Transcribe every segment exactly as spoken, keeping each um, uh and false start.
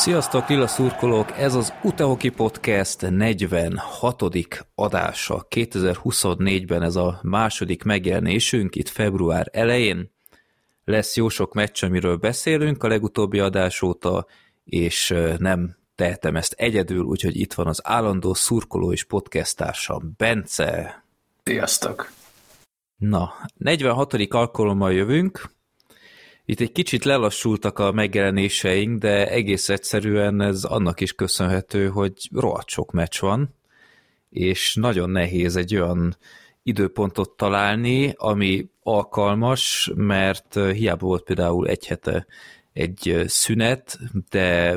Sziasztok, lila szurkolók! Ez az Utehoki Podcast negyvenhatodik adása. kétezer-huszonnégyben ez a második megjelenésünk, itt február elején. Lesz jó sok meccs, amiről beszélünk a legutóbbi adás óta, és nem tehetem ezt egyedül, úgyhogy itt van az állandó szurkoló és podcast társam, Bence. Sziasztok! Na, negyvenhatodik alkalommal jövünk. Itt egy kicsit lelassultak a megjelenéseink, de egész egyszerűen ez annak is köszönhető, hogy rohadt sok meccs van, és nagyon nehéz egy olyan időpontot találni, ami alkalmas, mert hiába volt például egy hete egy szünet, de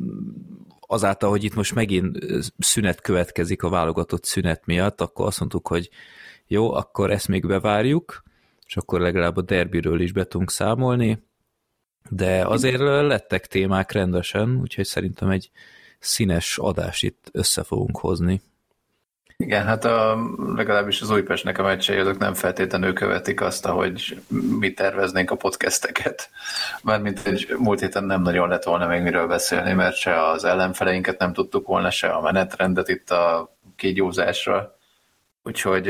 azáltal, hogy itt most megint szünet következik a válogatott szünet miatt, akkor azt mondtuk, hogy jó, akkor ezt még bevárjuk, és akkor legalább a derbiről is be tudunk számolni, de azért lettek témák rendesen, úgyhogy szerintem egy színes adást itt össze fogunk hozni. Igen, hát a, legalábbis az Újpestnek a meccsei, azok nem feltétlenül követik azt, ahogy mi terveznénk a podcasteket. Mármint egy múlt héten nem nagyon lett volna még miről beszélni, mert se az ellenfeleinket nem tudtuk volna, se a menetrendet itt a kígyózásra. Úgyhogy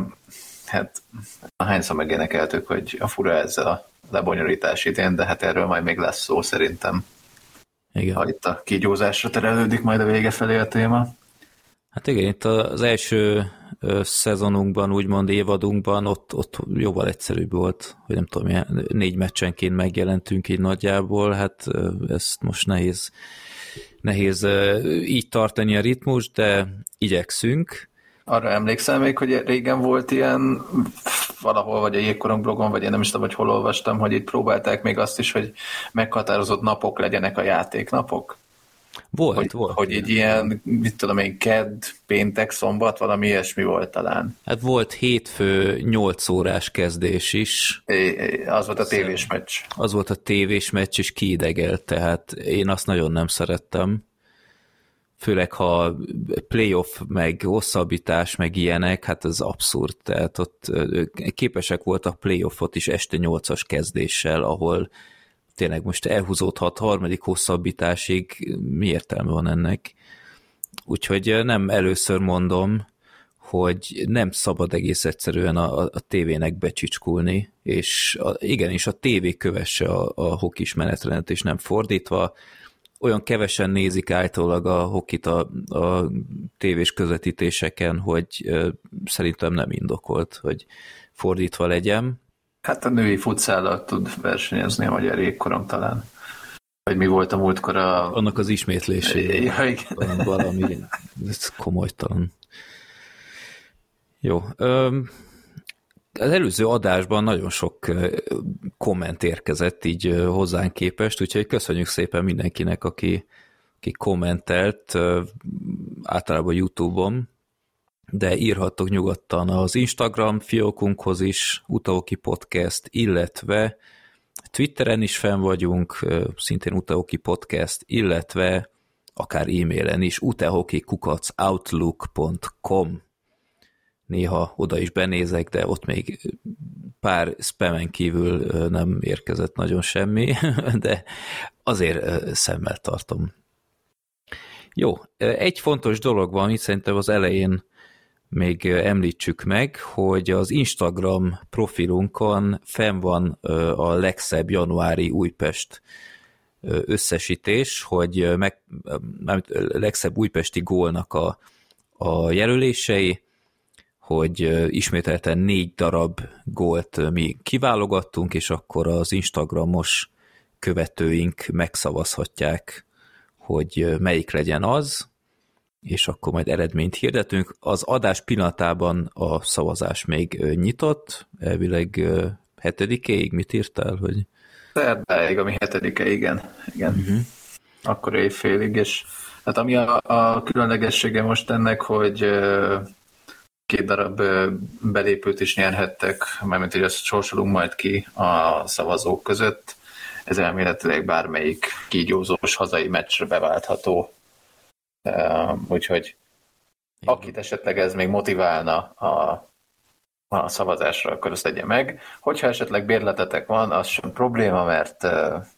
hát hányszor megénekeltük, hogy a fura ez a lebonyolítás idén, de hát erről majd még lesz szó szerintem. Igen. Ha itt a kígyózásra terelődik majd a vége felé a téma. Hát igen, itt az első szezonunkban, úgymond évadunkban ott, ott jóval egyszerűbb volt, hogy nem tudom, négy meccsenként megjelentünk így nagyjából, hát ezt most nehéz, nehéz így tartani a ritmus, de igyekszünk. Arra emlékszem még, hogy régen volt ilyen valahol, vagy a Jégkorong blogon, vagy én nem is tudom, hogy hol olvastam, hogy itt próbálták még azt is, hogy meghatározott napok legyenek a játéknapok. Volt, hogy, volt. Hogy így ilyen, mit tudom én, kedd, péntek, szombat, valami ilyesmi volt talán. Hát volt hétfő nyolc órás kezdés is. É, az volt a tévés meccs. Az volt a tévés meccs, és kiidegelt, tehát én azt nagyon nem szerettem. Főleg, ha playoff, meg hosszabbítás, meg ilyenek, hát ez abszurd. Tehát ott képesek voltak playoffot is este nyolcas kezdéssel, ahol tényleg most elhúzódhat harmadik hosszabbításig, mi értelme van ennek? Úgyhogy nem először mondom, hogy nem szabad egész egyszerűen a, a tévének becsicskulni, és a, igenis a tévé kövesse a, a hokis menetrendet, és nem fordítva. Olyan kevesen nézik általában a hokit a, a tévés közvetítéseken, hogy ö, szerintem nem indokolt, hogy fordítva legyen. Hát a női futszállal tud versenyezni a magyar jégkorong talán. Vagy mi volt a múltkor a... Annak az ismétlésére. Ja, igen. Valami, ez komolytalan. Jó. Az előző adásban nagyon sok komment érkezett így hozzánk képest, úgyhogy köszönjük szépen mindenkinek, aki, aki kommentelt, általában YouTube-on, de írhattok nyugodtan az Instagram fiókunkhoz is, Utehoki Podcast, illetve Twitteren is fenn vagyunk, szintén Utehoki Podcast, illetve akár e-mailen is, utehoki kukac outlook pont com. Néha oda is benézek, de ott még pár spamen kívül nem érkezett nagyon semmi, de azért szemmel tartom. Jó, egy fontos dolog van, itt szerintem az elején még említsük meg, hogy az Instagram profilunkon fenn van a legszebb januári Újpest összesítés, hogy meg, a legszebb újpesti gólnak a, a jelölései, hogy ismételten négy darab gólt mi kiválogattunk, és akkor az Instagramos követőink megszavazhatják, hogy melyik legyen az, és akkor majd eredményt hirdetünk. Az adás pillanatában a szavazás még nyitott, elvileg hetedikéig, mit írtál? Hogy... Szerdáig, ami hetedike, igen. igen. Uh-huh. Akkor évfélig, és hát ami a, a különlegessége most ennek, hogy két darab belépőt is nyerhettek, mármint hogy ezt sorsolunk majd ki a szavazók között. Ez elméletileg bármelyik kígyózós hazai meccsre beváltható. Uh, úgyhogy akit esetleg ez még motiválna a, a szavazásra, akkor azt tegye meg. Hogyha esetleg bérletetek van, az sem probléma, mert uh,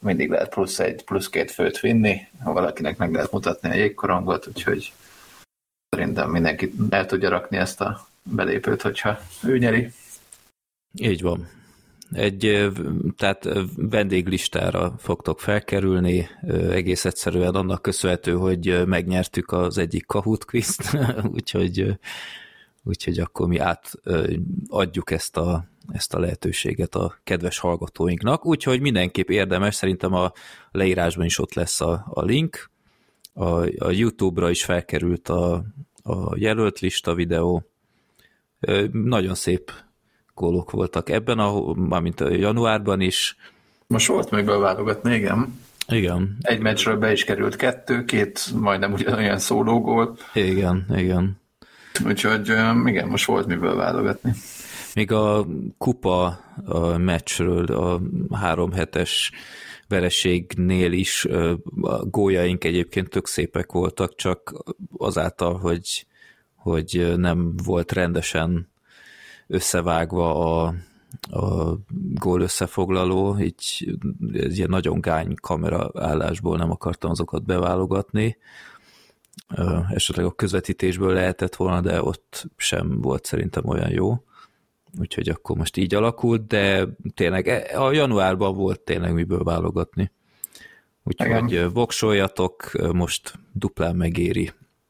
mindig lehet plusz egy, plusz két főt vinni, ha valakinek meg lehet mutatni a jégkorongot, úgyhogy szerintem mindenki el tudja rakni ezt a belépőt, hogyha ő nyeri. Így van. Egy, tehát vendéglistára fogtok felkerülni, egész egyszerűen annak köszönhető, hogy megnyertük az egyik Kahoot quizt, úgyhogy, úgyhogy akkor mi átadjuk ezt a, ezt a lehetőséget a kedves hallgatóinknak, úgyhogy mindenképp érdemes, szerintem a leírásban is ott lesz a, a link, a, a YouTube-ra is felkerült a, a jelölt lista videó, nagyon szép gólok voltak ebben, a, mármint a januárban is. Most volt még beválogatni, igen. Igen. Egy meccsről be is került kettő, két majdnem ugyanolyan szólógól. Igen, igen. Úgyhogy igen, most volt miből válogatni. Még a kupa a meccsről, a három hetes vereségnél is a góljaink egyébként tök szépek voltak, csak azáltal, hogy, hogy nem volt rendesen összevágva a, a gól összefoglaló, így egy ilyen nagyon gány kamera állásból nem akartam azokat beválogatni. Esetleg a közvetítésből lehetett volna, de ott sem volt szerintem olyan jó. Úgyhogy akkor most így alakult, de tényleg a januárban volt tényleg miből válogatni. Úgyhogy voksoljatok, most duplán megéri.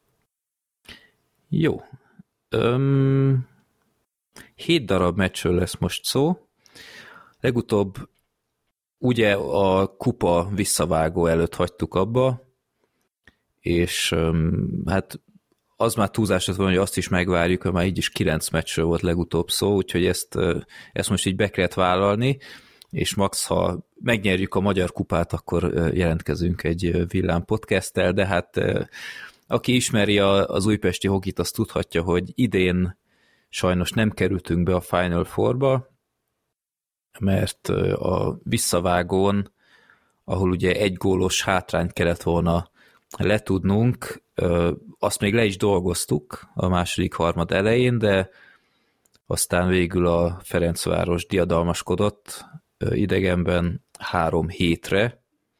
Jó. Öm... Hét darab meccsről lesz most szó. Legutóbb ugye a kupa visszavágó előtt hagytuk abba, és hát az már túlzás lett volna, hogy azt is megvárjuk, hogy már így is kilenc meccsről volt legutóbb szó, úgyhogy ezt, ezt most így be kellett vállalni, és max, ha megnyerjük a Magyar Kupát, akkor jelentkezünk egy Villám podcasttel, de hát aki ismeri az újpesti hokit, azt tudhatja, hogy idén sajnos nem kerültünk be a Final Fourba, mert a visszavágón, ahol ugye egy gólos hátrányt kellett volna letudnunk, azt még le is dolgoztuk a második harmad elején, de aztán végül a Ferencváros diadalmaskodott idegenben három hétre.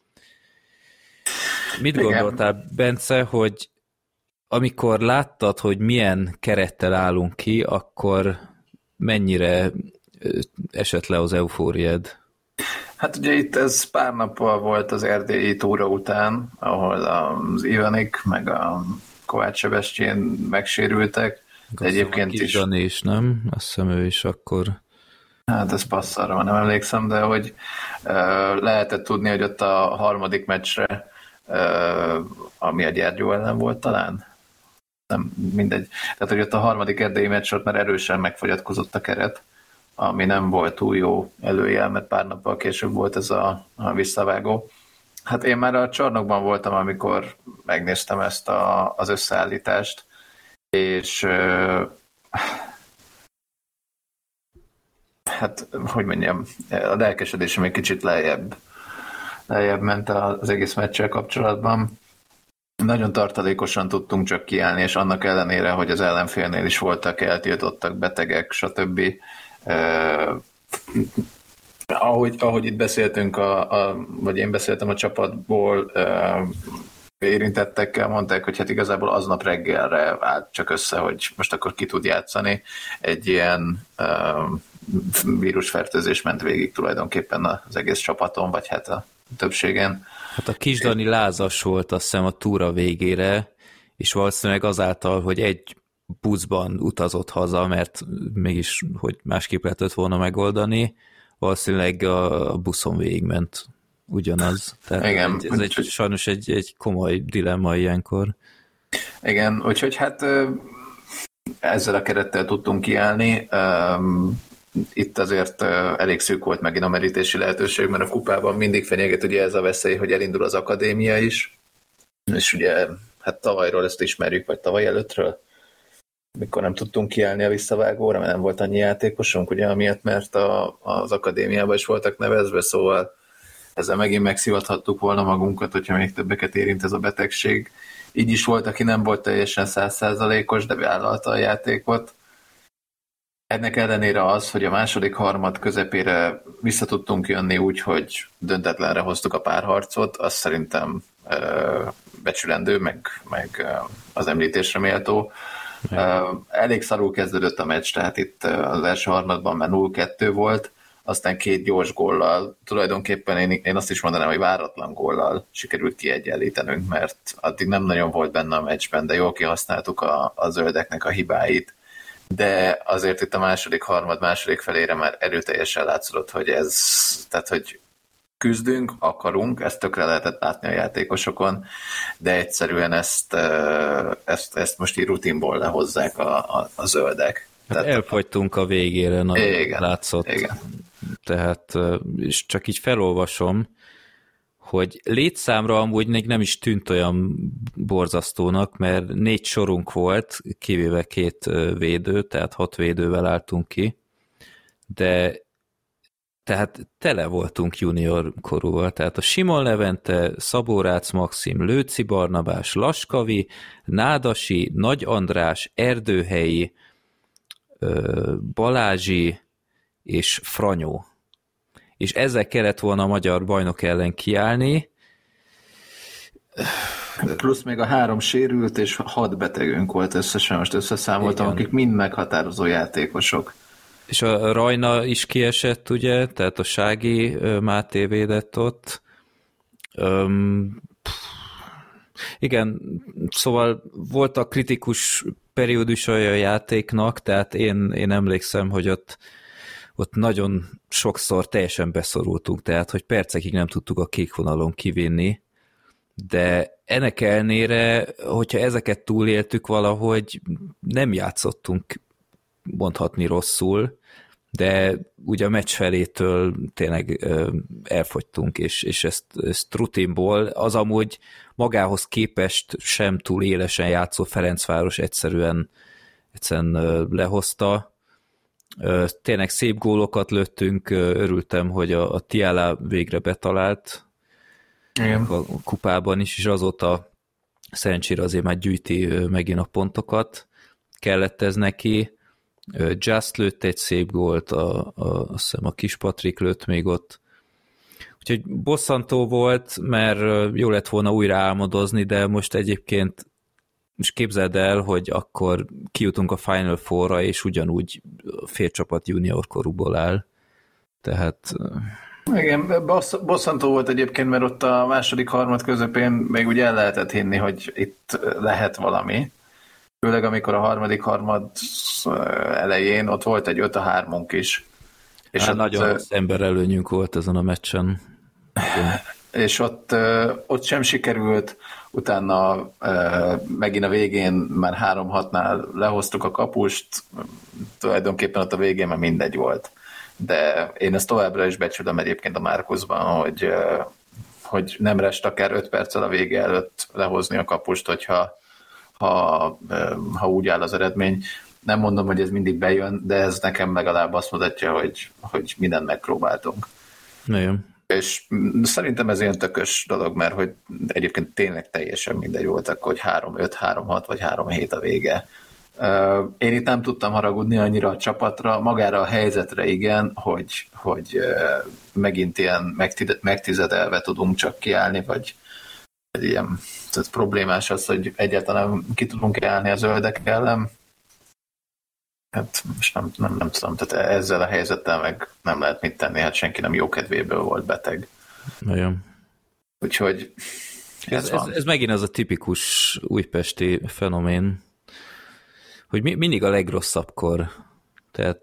Mit Igen. gondoltál, Bence, hogy amikor láttad, hogy milyen kerettel állunk ki, akkor mennyire esett le az eufóriád? Hát ugye itt ez pár nappal volt az erdélyi túra után, ahol az Ivanik meg a Kovács Sebestyén megsérültek. De egyébként is... Dani is, nem? Azt hiszem ő is akkor... Hát ez passzarra van, nem emlékszem, de hogy uh, lehetett tudni, hogy ott a harmadik meccsre, uh, ami a Gyergyó ellen volt talán, nem mindegy. Tehát, hogy ott a harmadik erdélyi meccs ott már erősen megfogyatkozott a keret, ami nem volt túl jó előjel, mert pár nappal később volt ez a, a visszavágó. Hát én már a csarnokban voltam, amikor megnéztem ezt a, az összeállítást, és uh, hát, hogy mondjam, a lelkesedésem egy kicsit lejjebb, lejjebb ment az egész meccsel kapcsolatban. Nagyon tartalékosan tudtunk csak kiállni, és annak ellenére, hogy az ellenfélnél is voltak eltiltottak, betegek, stb. Uh, ahogy, ahogy itt beszéltünk, a, a, vagy én beszéltem a csapatból, uh, érintettekkel, mondták, hogy hát igazából aznap reggelre állt csak össze, hogy most akkor ki tud játszani. Egy ilyen uh, vírusfertőzés ment végig tulajdonképpen az egész csapaton, vagy hát a többségen. Hát a kis Dani lázas volt, azt hiszem, a túra végére, és valószínűleg azáltal, hogy egy buszban utazott haza, mert mégis, hogy másképp lehetett volna megoldani, valószínűleg a buszon végigment ugyanaz. Tehát Igen. Egy, ez egy, sajnos egy, egy komoly dilemma ilyenkor. Igen, úgyhogy hát ezzel a kerettel tudtunk kiállni. Itt azért elég szűk volt megint a merítési lehetőség, mert a kupában mindig fenyeget ugye ez a veszély, hogy elindul az akadémia is, és ugye hát tavalyról ezt ismerjük, vagy tavaly előttről, mikor nem tudtunk kiállni a visszavágóra, mert nem volt annyi játékosunk, ugye amiatt, mert a, az akadémiában is voltak nevezve, szóval ezzel megint megszivathattuk volna magunkat, hogyha még többeket érint ez a betegség. Így is volt, aki nem volt teljesen száz százalékos, de vállalta a játékot. ennek ellenére az, hogy a második harmad közepére vissza tudtunk jönni úgy, hogy döntetlenre hoztuk a párharcot, az szerintem uh, becsülendő, meg, meg uh, az említésre méltó. Uh, elég szarul kezdődött a meccs, tehát itt az első harmadban már nulla kettő volt, aztán két gyors góllal, tulajdonképpen én, én azt is mondanám, hogy váratlan góllal sikerült kiegyenlítenünk, mert addig nem nagyon volt benne a meccsben, de jól kihasználtuk a, a zöldeknek a hibáit. De azért itt a második harmad, második felére már erőteljesen látszott, hogy ez, tehát hogy küzdünk, akarunk, ezt tökre lehetett látni a játékosokon, de egyszerűen ezt, ezt, ezt most így rutinból lehozzák a, a, a zöldek. Hát tehát elfogytunk a végére, na, igen, látszott. Igen. Tehát, és csak így felolvasom, hogy létszámra amúgy még nem is tűnt olyan borzasztónak, mert négy sorunk volt, kivéve két védő, tehát hat védővel álltunk ki, de tehát tele voltunk junior korúval, tehát a Simon Levente, Szabó Rácz Maxim, Lőci Barnabás, Laskavi, Nádasi, Nagy András, Erdőhelyi, Balázsi és Franyó. És ezzel kellett volna a magyar bajnok ellen kiállni. Plusz még a három sérült, és hat betegünk volt összesen, most összeszámoltam, igen, akik mind meghatározó játékosok. És a Rajna is kiesett, ugye, tehát a Sági Máté védett ott. Öm, igen, szóval voltak kritikus periódusai a játéknak, tehát én, én emlékszem, hogy ott ott nagyon sokszor teljesen beszorultunk, tehát, hogy percekig nem tudtuk a kék vonalon kivinni, de ennek ellenére, hogyha ezeket túléltük valahogy, nem játszottunk mondhatni rosszul, de ugye a meccs felétől tényleg elfogytunk, és, és ezt, ezt rutinból, az amúgy magához képest sem túl élesen játszó Ferencváros egyszerűen, egyszerűen lehozta. Tényleg szép gólokat lőttünk, örültem, hogy a, a Tiala végre betalált. Igen. A kupában is, és azóta szerencsére azért már gyűjti megint a pontokat. Kellett ez neki. Just lőtt egy szép gólt, a, a, azt hiszem a kis Patrik lőtt még ott. Úgyhogy bosszantó volt, mert jó lett volna újra álmodozni, de most egyébként és képzeld el, hogy akkor kijutunk a Final Four-ra, és ugyanúgy fél csapat junior korúból áll. Tehát... Igen, bossz, bosszantó volt egyébként, mert ott a második harmad közepén még úgy el lehetett hinni, hogy itt lehet valami. Főleg amikor a harmadik harmad elején ott volt egy öt a hármunk is. És hát ott, nagyon ember előnyünk volt ezen a meccsen. És ott, ott sem sikerült, utána megint a végén már három hatnál lehoztuk a kapust, tulajdonképpen ott a végén már mindegy volt. De én ezt továbbra is becsülöm egyébként a Márkuszban, hogy, hogy nem rest akár öt perccel a vége előtt lehozni a kapust, hogyha ha, ha úgy áll az eredmény. Nem mondom, hogy ez mindig bejön, de ez nekem legalább azt mutatja, hogy, hogy mindent megpróbáltunk. Nagyon. És szerintem ez ilyen tökös dolog, mert hogy egyébként tényleg teljesen mindegy volt, akkor, hogy három öt, három hat vagy három hét a vége. Én itt nem tudtam haragudni annyira a csapatra, magára a helyzetre igen, hogy, hogy megint ilyen megtizedelve tudunk csak kiállni, vagy ilyen tehát problémás az, hogy egyáltalán ki tudunk állni a zöldek ellen. Hát most nem, nem, nem tudom, tehát ezzel a helyzettel meg nem lehet mit tenni, hát senki nem jó kedvéből volt beteg. Nagyon. Úgyhogy ez, ez, ez megint az a tipikus újpesti fenomén, hogy mi, mindig a legrosszabbkor. Tehát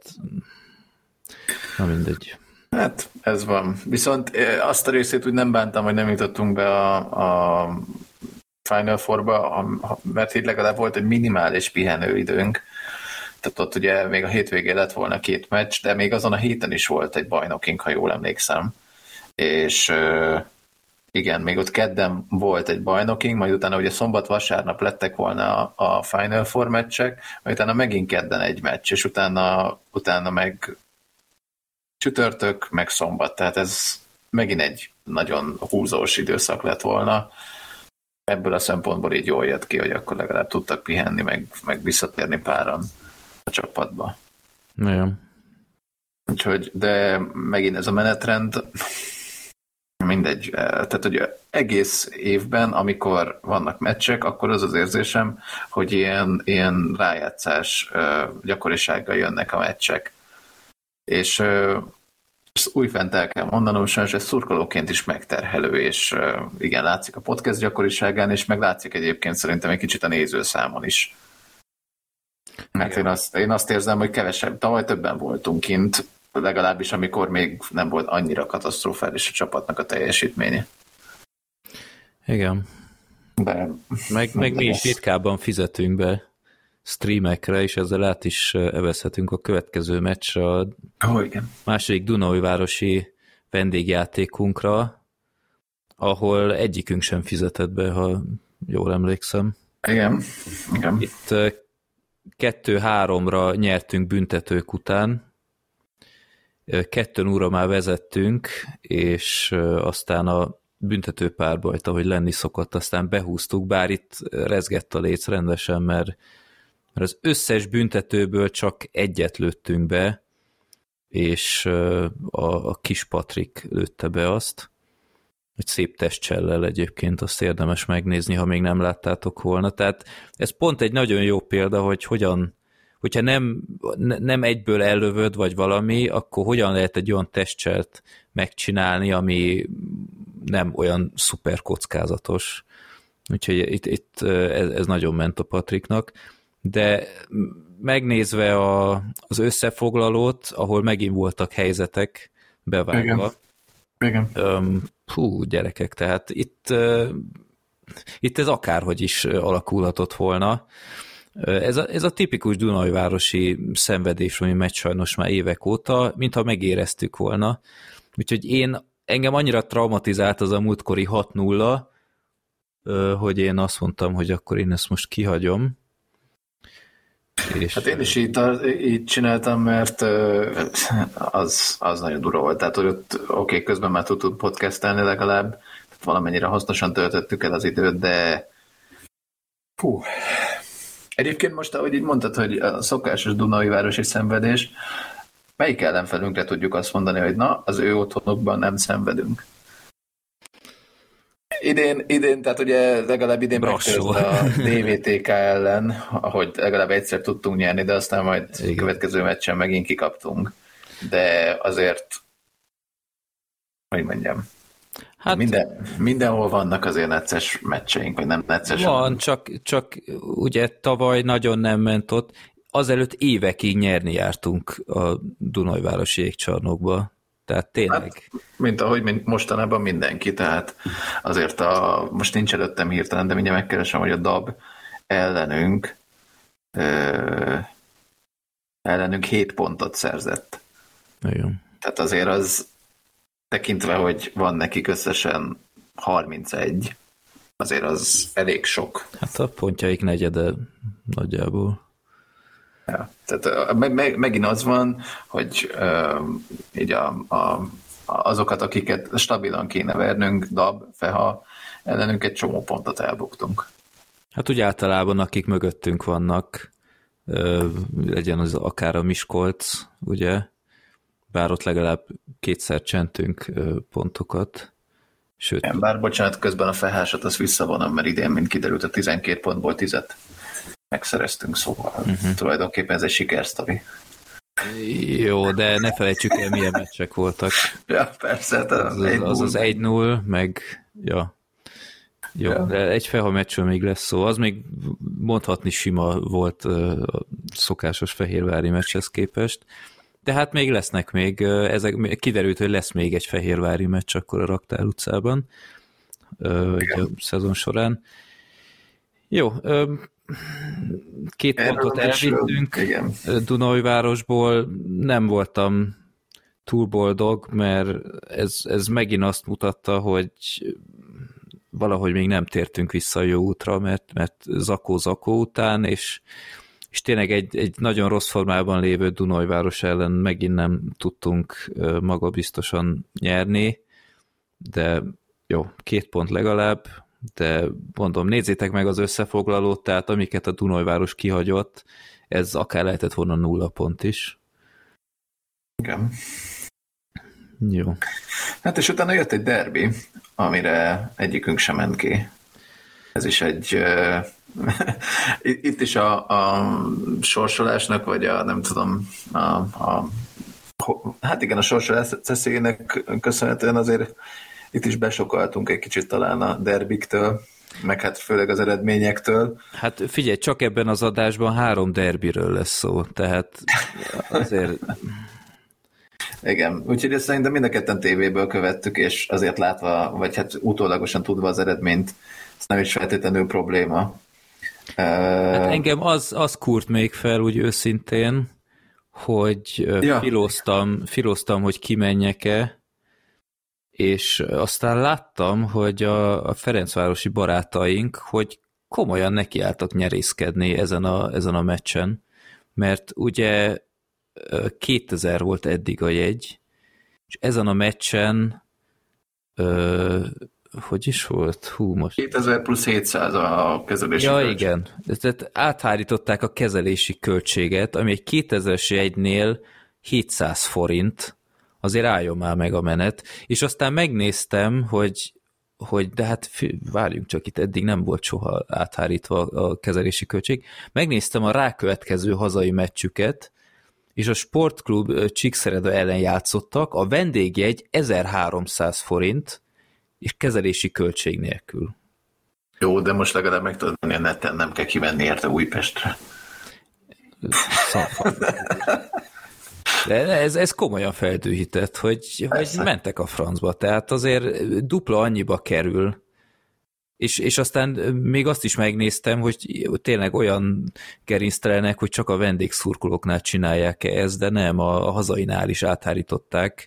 na mindegy. Hát ez van. Viszont azt a részét úgy nem bántam, hogy nem jutottunk be a, a Final Four-ba, mert itt legalább volt egy minimális pihenőidőnk. Tehát ott ugye még a hétvégén lett volna két meccs, de még azon a héten is volt egy bajnokink, ha jól emlékszem. És igen, még ott kedden volt egy bajnokink, majd utána ugye szombat-vasárnap lettek volna a, a Final Four meccsek, majd utána megint kedden egy meccs, és utána, utána meg csütörtök, meg szombat. Tehát ez megint egy nagyon húzós időszak lett volna. Ebből a szempontból így jól jött ki, hogy akkor legalább tudtak pihenni, meg, meg visszatérni páran a csapatba. Igen. Úgyhogy, de megint ez a menetrend, mindegy, tehát hogy egész évben, amikor vannak meccsek, akkor az az érzésem, hogy ilyen, ilyen rájátszás gyakorisággal jönnek a meccsek. És ezt újfent el kell mondanom, sajnos ez szurkolóként is megterhelő, és igen, látszik a podcast gyakoriságán, és meg látszik egyébként szerintem egy kicsit a nézőszámon is. Mert én azt, én azt érzem, hogy kevesebb, tavaly többen voltunk kint, legalábbis amikor még nem volt annyira katasztrofális a csapatnak a teljesítménye. Igen. De, meg, meg mi is ritkábban fizetünk be streamekre, és ezzel át is evezhetünk a következő meccsre, a oh, igen. második Dunaújvárosi vendégjátékunkra, ahol egyikünk sem fizetett be, ha jól emlékszem. Igen. Igen. Itt kettő-háromra nyertünk büntetők után, kettő óra már vezettünk, és aztán a büntető párbajt, ahogy lenni szokott, aztán behúztuk, bár itt rezgett a léc rendesen, mert, mert az összes büntetőből csak egyet lőttünk be, és a, a kis Patrik lőtte be azt. Egy szép testcsellel egyébként, azt érdemes megnézni, ha még nem láttátok volna. Tehát ez pont egy nagyon jó példa, hogy hogyan, hogyha nem, nem egyből ellövöd, vagy valami, akkor hogyan lehet egy olyan testcselt megcsinálni, ami nem olyan szuper kockázatos. Úgyhogy itt, itt ez, ez nagyon ment a Patriknak. De megnézve a, az összefoglalót, ahol megint voltak helyzetek bevágva. Igen. Um, hú, gyerekek, tehát itt, uh, itt ez akárhogy is alakulhatott volna. Ez a, ez a tipikus Dunaújvárosi szenvedés, ami megy sajnos már évek óta, mintha megéreztük volna. Úgyhogy én, engem annyira traumatizált az a múltkori hat nulla, hogy én azt mondtam, hogy akkor én ezt most kihagyom. És hát én is így, így csináltam, mert az, az nagyon durva volt. Tehát, hogy ott oké, okay, közben már tudtuk podcastelni legalább, valamennyire hasznosan töltöttük el az időt, de hú. Egyébként most, ahogy így mondtad, hogy a szokásos Dunaújvárosi szenvedés, melyik ellenfelünkre tudjuk azt mondani, hogy na, az ő otthonokban nem szenvedünk? Idén, idén, tehát ugye legalább idén megtörött a dé vé té ká ellen, ahogy legalább egyszer tudtunk nyerni, de aztán majd igen, következő meccsen megint kikaptunk. De azért, hogy mondjam, hát, minden, mindenhol vannak azért necces meccseink, vagy nem necces. Van, csak, csak ugye tavaly nagyon nem ment ott. Azelőtt évekig nyerni jártunk a Dunaújvárosi jégcsarnokba. Tehát tényleg. Hát, mint ahogy mint mostanában mindenki, tehát azért a, most nincs előttem hirtelen, de mindjárt megkeresem, hogy a dab ellenünk ö, ellenünk hét pontot szerzett. Igen. Tehát azért az tekintve, hogy van nekik összesen harmincegy, azért az elég sok. Hát a pontjaik negyede nagyjából. Ja, tehát meg, meg, megint az van, hogy uh, így a, a, azokat, akiket stabilan kéne vernünk, dab, feha, ellenünk egy csomó pontot elbuktunk. Hát úgy általában, akik mögöttünk vannak, uh, legyen az akár a Miskolc, ugye, bár ott legalább kétszer csentünk uh, pontokat. Sőt, igen, bár bocsánat, közben a fehásat azt visszavonom, mert idén, mint kiderült, a tizenkét pontból tízet megszereztünk, szóval uh-huh. tulajdonképpen ez egy sikersztori. Jó, de ne felejtsük el, milyen meccsek voltak. Ja, persze. Az az, az, az egy null, meg ja. Jó, ja. De egy feha meccsről még lesz szó. Az még mondhatni sima volt a szokásos fehérvári meccshez képest. De hát még lesznek még, ezek, kiderült, hogy lesz még egy fehérvári meccs akkor a Raktár utcában a szezon során. Jó, két Erről pontot elvittünk Dunaújvárosból, nem voltam túl boldog, mert ez, ez megint azt mutatta, hogy valahogy még nem tértünk vissza a jó útra, mert, mert zakó-zakó után, és, és tényleg egy, egy nagyon rossz formában lévő Dunaújváros ellen megint nem tudtunk magabiztosan nyerni, de jó, két pont legalább, de mondom, nézzétek meg az összefoglalót, tehát amiket a Dunaújváros kihagyott, ez akár lehetett volna nulla pont is. Igen. Jó. Hát és utána jött egy derbi, amire egyikünk sem ment ki. Ez is egy... Uh, itt is a, a sorsolásnak, vagy a nem tudom, a, a, hát igen, a sorsolás szeszélyének köszönhetően azért itt is besokaltunk egy kicsit talán a derbiktől, meg hát főleg az eredményektől. Hát figyelj, csak ebben az adásban három derbiről lesz szó, tehát azért... Igen, úgyhogy ezt szerintem mind a ketten tévéből követtük, és azért látva, vagy hát utólagosan tudva az eredményt, ez nem is feltétlenül probléma. Hát engem az, az kúrt még fel úgy őszintén, hogy ja. filóztam, filóztam, hogy kimenjek-e, és aztán láttam, hogy a, a ferencvárosi barátaink, hogy komolyan nekiálltak nyerészkedni ezen a, ezen a meccsen, mert ugye kétezer volt eddig a jegy, és ezen a meccsen ö, hogy is volt? Hú, most... kétezer plusz hétszáz a kezelési ja, költség. igen. Tehát áthárították a kezelési költséget, ami egy kétezres jegynél hétszáz forint, azért álljon már meg a menet, és aztán megnéztem, hogy, hogy de hát várjunk csak, itt eddig nem volt soha áthárítva a kezelési költség. Megnéztem a rákövetkező hazai meccsüket, és a Sportklub Csíkszereda ellen játszottak, a vendégjegy ezerháromszáz forint, és kezelési költség nélkül. Jó, de most legalább meg tudod mondani, a neten nem kell kimenni érte Újpestre. Szafad. De ez, ez komolyan feldühített, hogy, hogy mentek a francba, tehát azért dupla annyiba kerül, és, és aztán még azt is megnéztem, hogy tényleg olyan gerinctelenek, hogy csak a vendégszurkolóknál csinálják ezt, de nem, a, a hazainál is áthárították,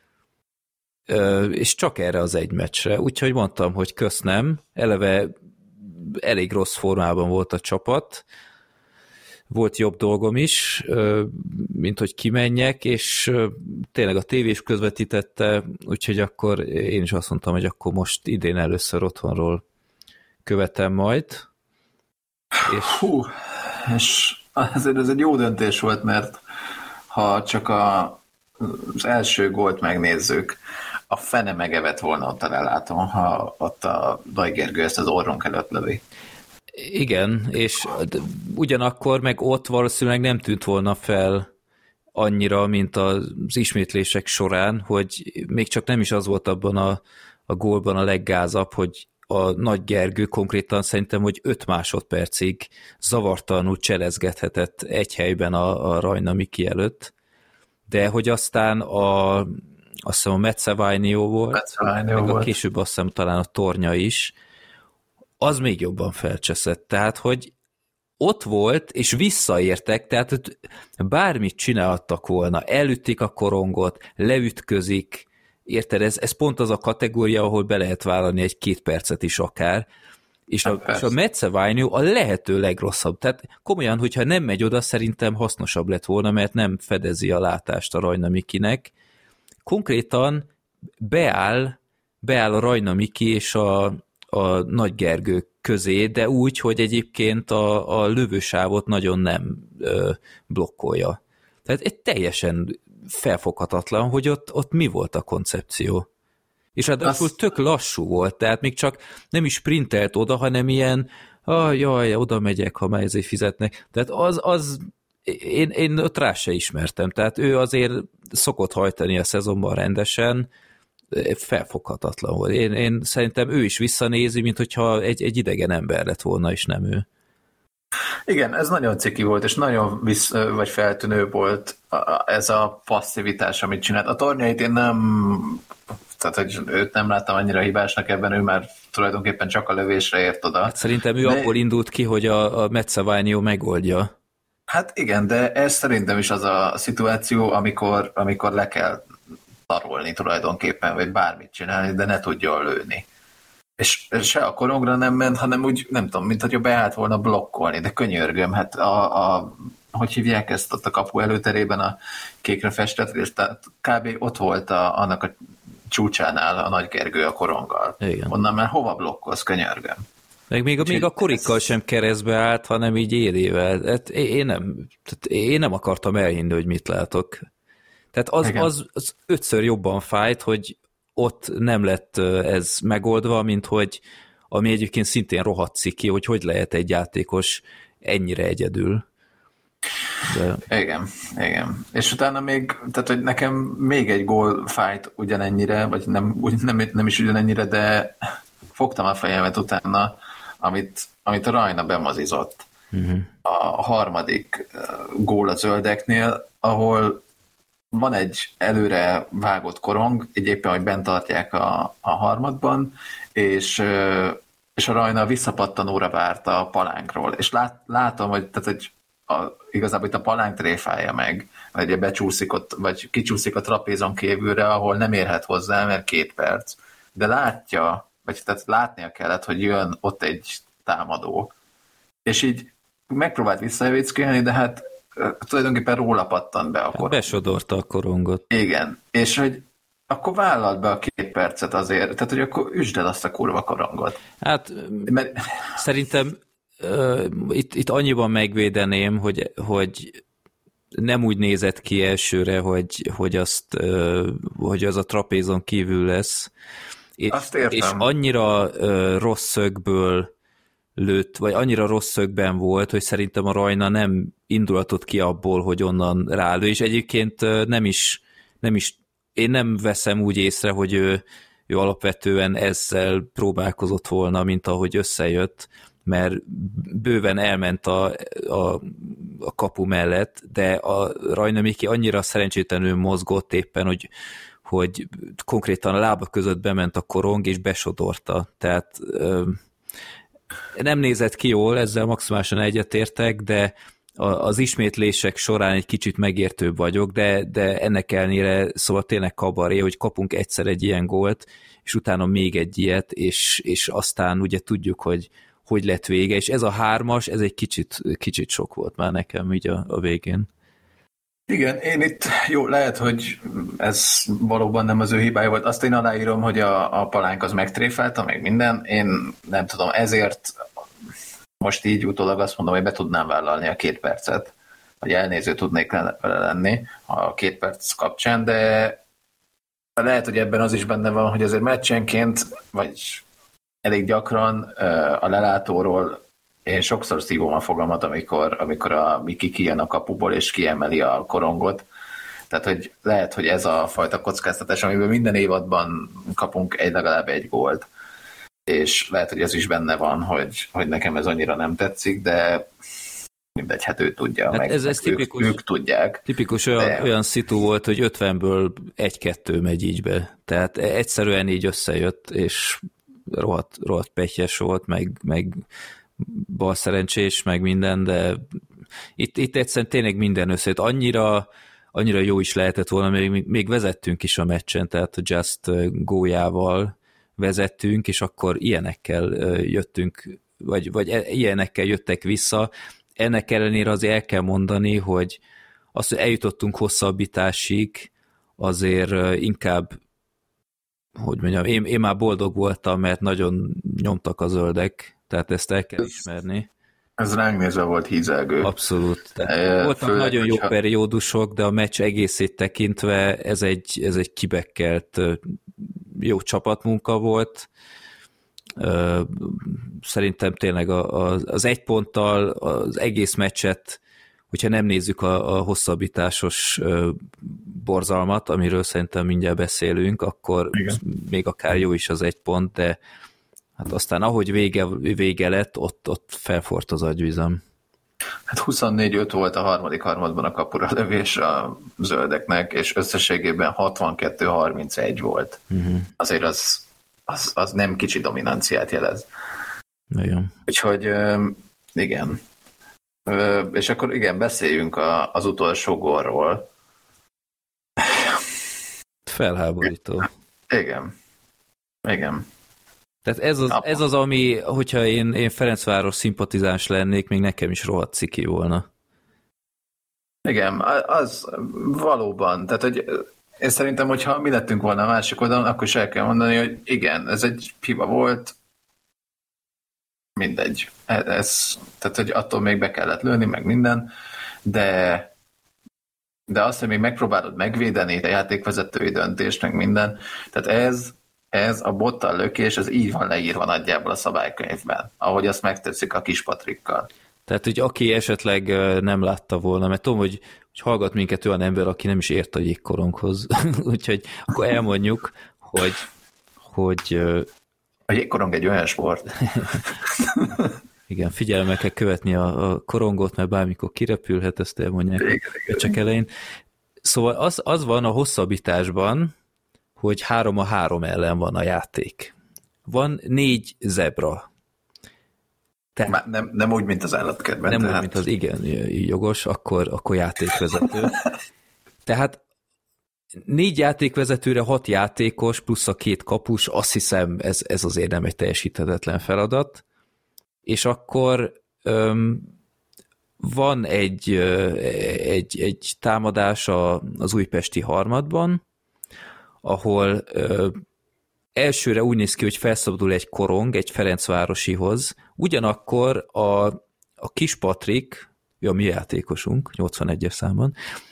és csak erre az egy meccsre. Úgyhogy mondtam, hogy kösz nem, eleve elég rossz formában volt a csapat, volt jobb dolgom is, mint hogy kimenjek, és tényleg a tévés közvetítette, úgyhogy akkor én is azt mondtam, hogy akkor most idén először otthonról követem majd. És... Hú, és azért ez egy jó döntés volt, mert ha csak a, az első gólt megnézzük, a fene megevett volna ott a lelátom, ha ott a Nagy Gergő ezt az orrunk előtt lövi. Igen, és ugyanakkor meg ott valószínűleg nem tűnt volna fel annyira, mint az ismétlések során, hogy még csak nem is az volt abban a, a gólban a leggázabb, hogy a Nagy Gergő konkrétan szerintem, hogy öt másodpercig zavartalanul cselezgethetett egy helyben a, a Rajna Miki előtt, de hogy aztán a, azt hiszem a Metszeványó volt, Metszeványó meg volt. A később azt hiszem talán a Tornya is, az még jobban felcseszett. Tehát, hogy ott volt, és visszaértek, tehát bármit csináltak volna, elütték a korongot, leütközik, érted? Ez, ez pont az a kategória, ahol be lehet vállalni egy két percet is akár, és a, és a Metszeványó a lehető legrosszabb. Tehát komolyan, hogyha nem megy oda, szerintem hasznosabb lett volna, mert nem fedezi a látást a Rajna Mikinek. Konkrétan beáll, beáll a Rajna Miki és a, a Nagy Gergő közé, de úgy, hogy egyébként a, a lövősávot nagyon nem ö, blokkolja. Tehát egy teljesen felfoghatatlan, hogy ott, ott mi volt a koncepció. És ráadásul Azt... tök lassú volt, tehát még csak nem is sprintelt oda, hanem ilyen, ah, jaj, oda megyek, ha már ezért fizetnek. Tehát az, az én, én ott rá se ismertem. Tehát ő azért szokott hajtani a szezonban rendesen, felfoghatatlan volt. Én, én szerintem ő is visszanézi, mint hogyha egy, egy idegen ember lett volna, és nem ő. Igen, ez nagyon ciki volt, és nagyon vissz, vagy feltűnő volt ez a passzivitás, amit csinált. A Tornyait én nem, tehát hogy őt nem láttam annyira hibásnak ebben, ő már tulajdonképpen csak a lövésre ért oda. Hát szerintem ő de... abból indult ki, hogy a, a Metszeványó megoldja. Hát igen, de ez szerintem is az a szituáció, amikor, amikor le kell tarolni tulajdonképpen, vagy bármit csinálni, de ne tudja lőni. És se a korongra nem ment, hanem úgy, nem tudom, mint hogyha beállt volna blokkolni, de könyörgöm, hát a, a hogy hívják ezt ott a kapu előterében a kékre festett, és tehát kb. Ott volt a, annak a csúcsánál a Nagy Gergő a koronggal. Igen. Onnan már hova blokkolsz, könyörgöm. Meg még, még a korikkal ez... sem keresztbe állt, hanem így érével. Hát én, nem, én nem akartam elhinni, hogy mit látok. Tehát az, az, az ötször jobban fájt, hogy ott nem lett ez megoldva, mint hogy ami egyébként szintén rohadt ciki, hogy hogy lehet egy játékos ennyire egyedül. De... Igen, igen. És utána még, tehát hogy nekem még egy gól fájt ugyanennyire, vagy nem, nem, nem is ugyanennyire, de fogtam a fejemet utána, amit, amit a Rajna bemazizott. Uh-huh. A harmadik gól a zöldeknél, ahol van egy előre vágott korong, így éppen, hogy bent tartják a, a harmadban, és, és a Rajna visszapattanóra várta a palánkról. És lát, látom, hogy, tehát, hogy a, igazából itt a palánk tréfálja meg, vagy becsúszik ott, vagy kicsúszik a trapézon kívülre, ahol nem érhet hozzá, mert két perc. De látja, vagy tehát látnia kellett, hogy jön ott egy támadó. És így megpróbált visszajövéckélni, de hát tulajdonképpen róla pattant be a korong. Besodorta a korongot. Igen, és hogy akkor vállalt be a két percet azért, tehát hogy akkor üsd el azt a kurva korongot. Hát Mert... szerintem uh, itt, itt annyiban megvédeném, hogy, hogy nem úgy nézett ki elsőre, hogy, hogy, azt, uh, hogy az a trapézon kívül lesz. Azt értem. És annyira uh, rossz szögből lőtt, vagy annyira rossz szögben volt, hogy szerintem a Rajna nem indulatott ki abból, hogy onnan rálő, és egyébként nem is, nem is én nem veszem úgy észre, hogy ő, ő alapvetően ezzel próbálkozott volna, mint ahogy összejött, mert bőven elment a, a, a kapu mellett, de a Rajna Miki annyira szerencsétlenül mozgott éppen, hogy, hogy konkrétan a lába között bement a korong, és besodorta. Tehát nem nézett ki jól, ezzel maximálisan egyetértek, de az ismétlések során egy kicsit megértőbb vagyok, de, de ennek ellenére szóval tényleg kabaré, hogy kapunk egyszer egy ilyen gólt, és utána még egy ilyet, és, és aztán ugye tudjuk, hogy hogy lett vége, és ez a hármas, ez egy kicsit, kicsit sok volt már nekem így a, a végén. Igen, én itt, jó, lehet, hogy ez valóban nem az ő hibája volt. Azt én aláírom, hogy a, a palánk az megtréfálta, meg minden. Én nem tudom, ezért most így utólag azt mondom, hogy be tudnám vállalni a két percet, vagy elnéző tudnék vele lenni a két perc kapcsán, de lehet, hogy ebben az is benne van, hogy azért meccsenként, vagy elég gyakran a lelátóról én sokszor szívom a fogamat, amikor, amikor a Miki kijön a kapuból, és kiemeli a korongot. Tehát, hogy lehet, hogy ez a fajta kockáztatás, amiből minden évadban kapunk egy legalább egy gólt. És lehet, hogy ez is benne van, hogy, hogy nekem ez annyira nem tetszik, de mindegy, hát ő tudja, hát meg, ez, ez meg tipikus, ők, ők tudják. Tipikus olyan, de... olyan szitu volt, hogy ötvenből egy-kettő megy így be. Tehát egyszerűen így összejött, és rohadt, rohadt pehjes volt, meg, meg balszerencsés, meg minden, de itt, itt egyszerűen tényleg minden összejött. Annyira, annyira jó is lehetett volna, még, még vezettünk is a meccsen, tehát a Just Go-jával vezettünk, és akkor ilyenekkel jöttünk, vagy, vagy ilyenekkel jöttek vissza. Ennek ellenére azért el kell mondani, hogy azt, hogy eljutottunk hosszabbításig, azért inkább, hogy mondjam, én, én már boldog voltam, mert nagyon nyomtak a zöldek, tehát ezt el kell ismerni. Ez ránk nézve volt hízelgő. Abszolút. E, voltak főleg, nagyon jó hogyha... periódusok, de a meccs egészét tekintve ez egy, ez egy kibekkelt jó csapatmunka volt. Szerintem tényleg az egy ponttal az egész meccset, hogyha nem nézzük a, a hosszabbításos borzalmat, amiről szerintem mindjárt beszélünk, akkor igen, még akár jó is az egy pont, de hát aztán ahogy vége, vége lett, ott, ott felfort az agyvizem. Hát huszonnégy öt volt a harmadik harmadban a kapura lövés a zöldeknek, és összességében hatvankettő harmincegy volt. Uh-huh. Azért az, az, az nem kicsi dominanciát jelez. Igen. Úgyhogy igen. És akkor igen, beszéljünk a, az utolsó gólról. Felháborító. Igen. Igen. Tehát ez az, ez az, ami, hogyha én, én Ferencváros szimpatizáns lennék, még nekem is rohadt ciki volna. Igen, az valóban. Tehát, hogy én szerintem, hogyha mi lettünk volna a másik oldalon, akkor is el kell mondani, hogy igen, ez egy hiba volt, mindegy. Ez, tehát, hogy attól még be kellett lőni, meg minden, de de azt, hogy még megpróbálod megvédeni a játékvezetői döntést, meg minden, tehát ez, ez a bottal lökés, ez így van leírva nagyjából a szabálykönyvben, ahogy azt megtetszik a kis Patrikkal. Tehát, hogy aki esetleg nem látta volna, mert tudom, hogy, hogy hallgat minket olyan ember, aki nem is ért a jégkoronghoz, úgyhogy akkor elmondjuk, hogy, hogy a jégkorong egy olyan sport. Igen, figyelemmel kell követni a, a korongot, mert bármikor kirepülhet, ezt elmondják igen, igen. Csak elején. Szóval az, az van a hosszabbításban, hogy három a három ellen van a játék. Van négy zebra. Tehát, nem, nem úgy, mint az állatkertben. Nem tehát... úgy, mint az igen, jogos, akkor, akkor játékvezető. Tehát négy játékvezetőre hat játékos, plusz a két kapus, azt hiszem ez, ez azért nem egy teljesíthetetlen feladat. És akkor öm, van egy, egy, egy támadás a, az újpesti harmadban, ahol ö, elsőre úgy néz ki, hogy felszabadul egy korong egy Ferencvárosihoz, ugyanakkor a, a kis Patrik, ő a mi játékosunk, nyolcvanegyes számban,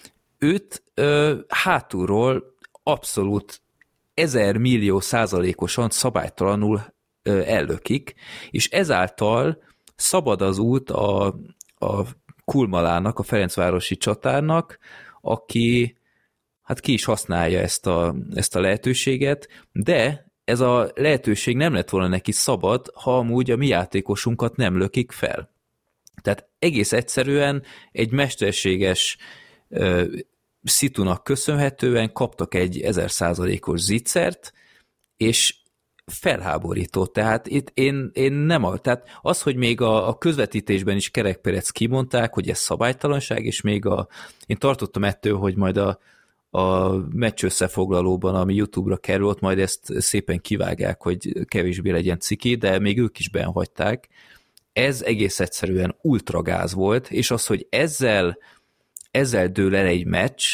őt ö, hátulról abszolút ezer millió százalékosan szabálytalanul ö, ellökik, és ezáltal szabad az út a, a Kulmalának, a ferencvárosi csatárnak, aki hát ki is használja ezt a, ezt a lehetőséget, de ez a lehetőség nem lett volna neki szabad, ha amúgy a mi játékosunkat nem lökik fel. Tehát egész egyszerűen egy mesterséges uh, szitunak köszönhetően kaptak egy ezer százalékos zicsert, és felháborító. Tehát itt én, én nem a, tehát az, hogy még a, a közvetítésben is Kerekperec kimondták, hogy ez szabálytalanság, és még a, én tartottam ettől, hogy majd a a meccs összefoglalóban, ami YouTube-ra került, majd ezt szépen kivágják, hogy kevésbé legyen ciki, de még ők is benhagyták. Ez egész egyszerűen ultragáz volt, és az, hogy ezzel, ezzel dől el egy meccs,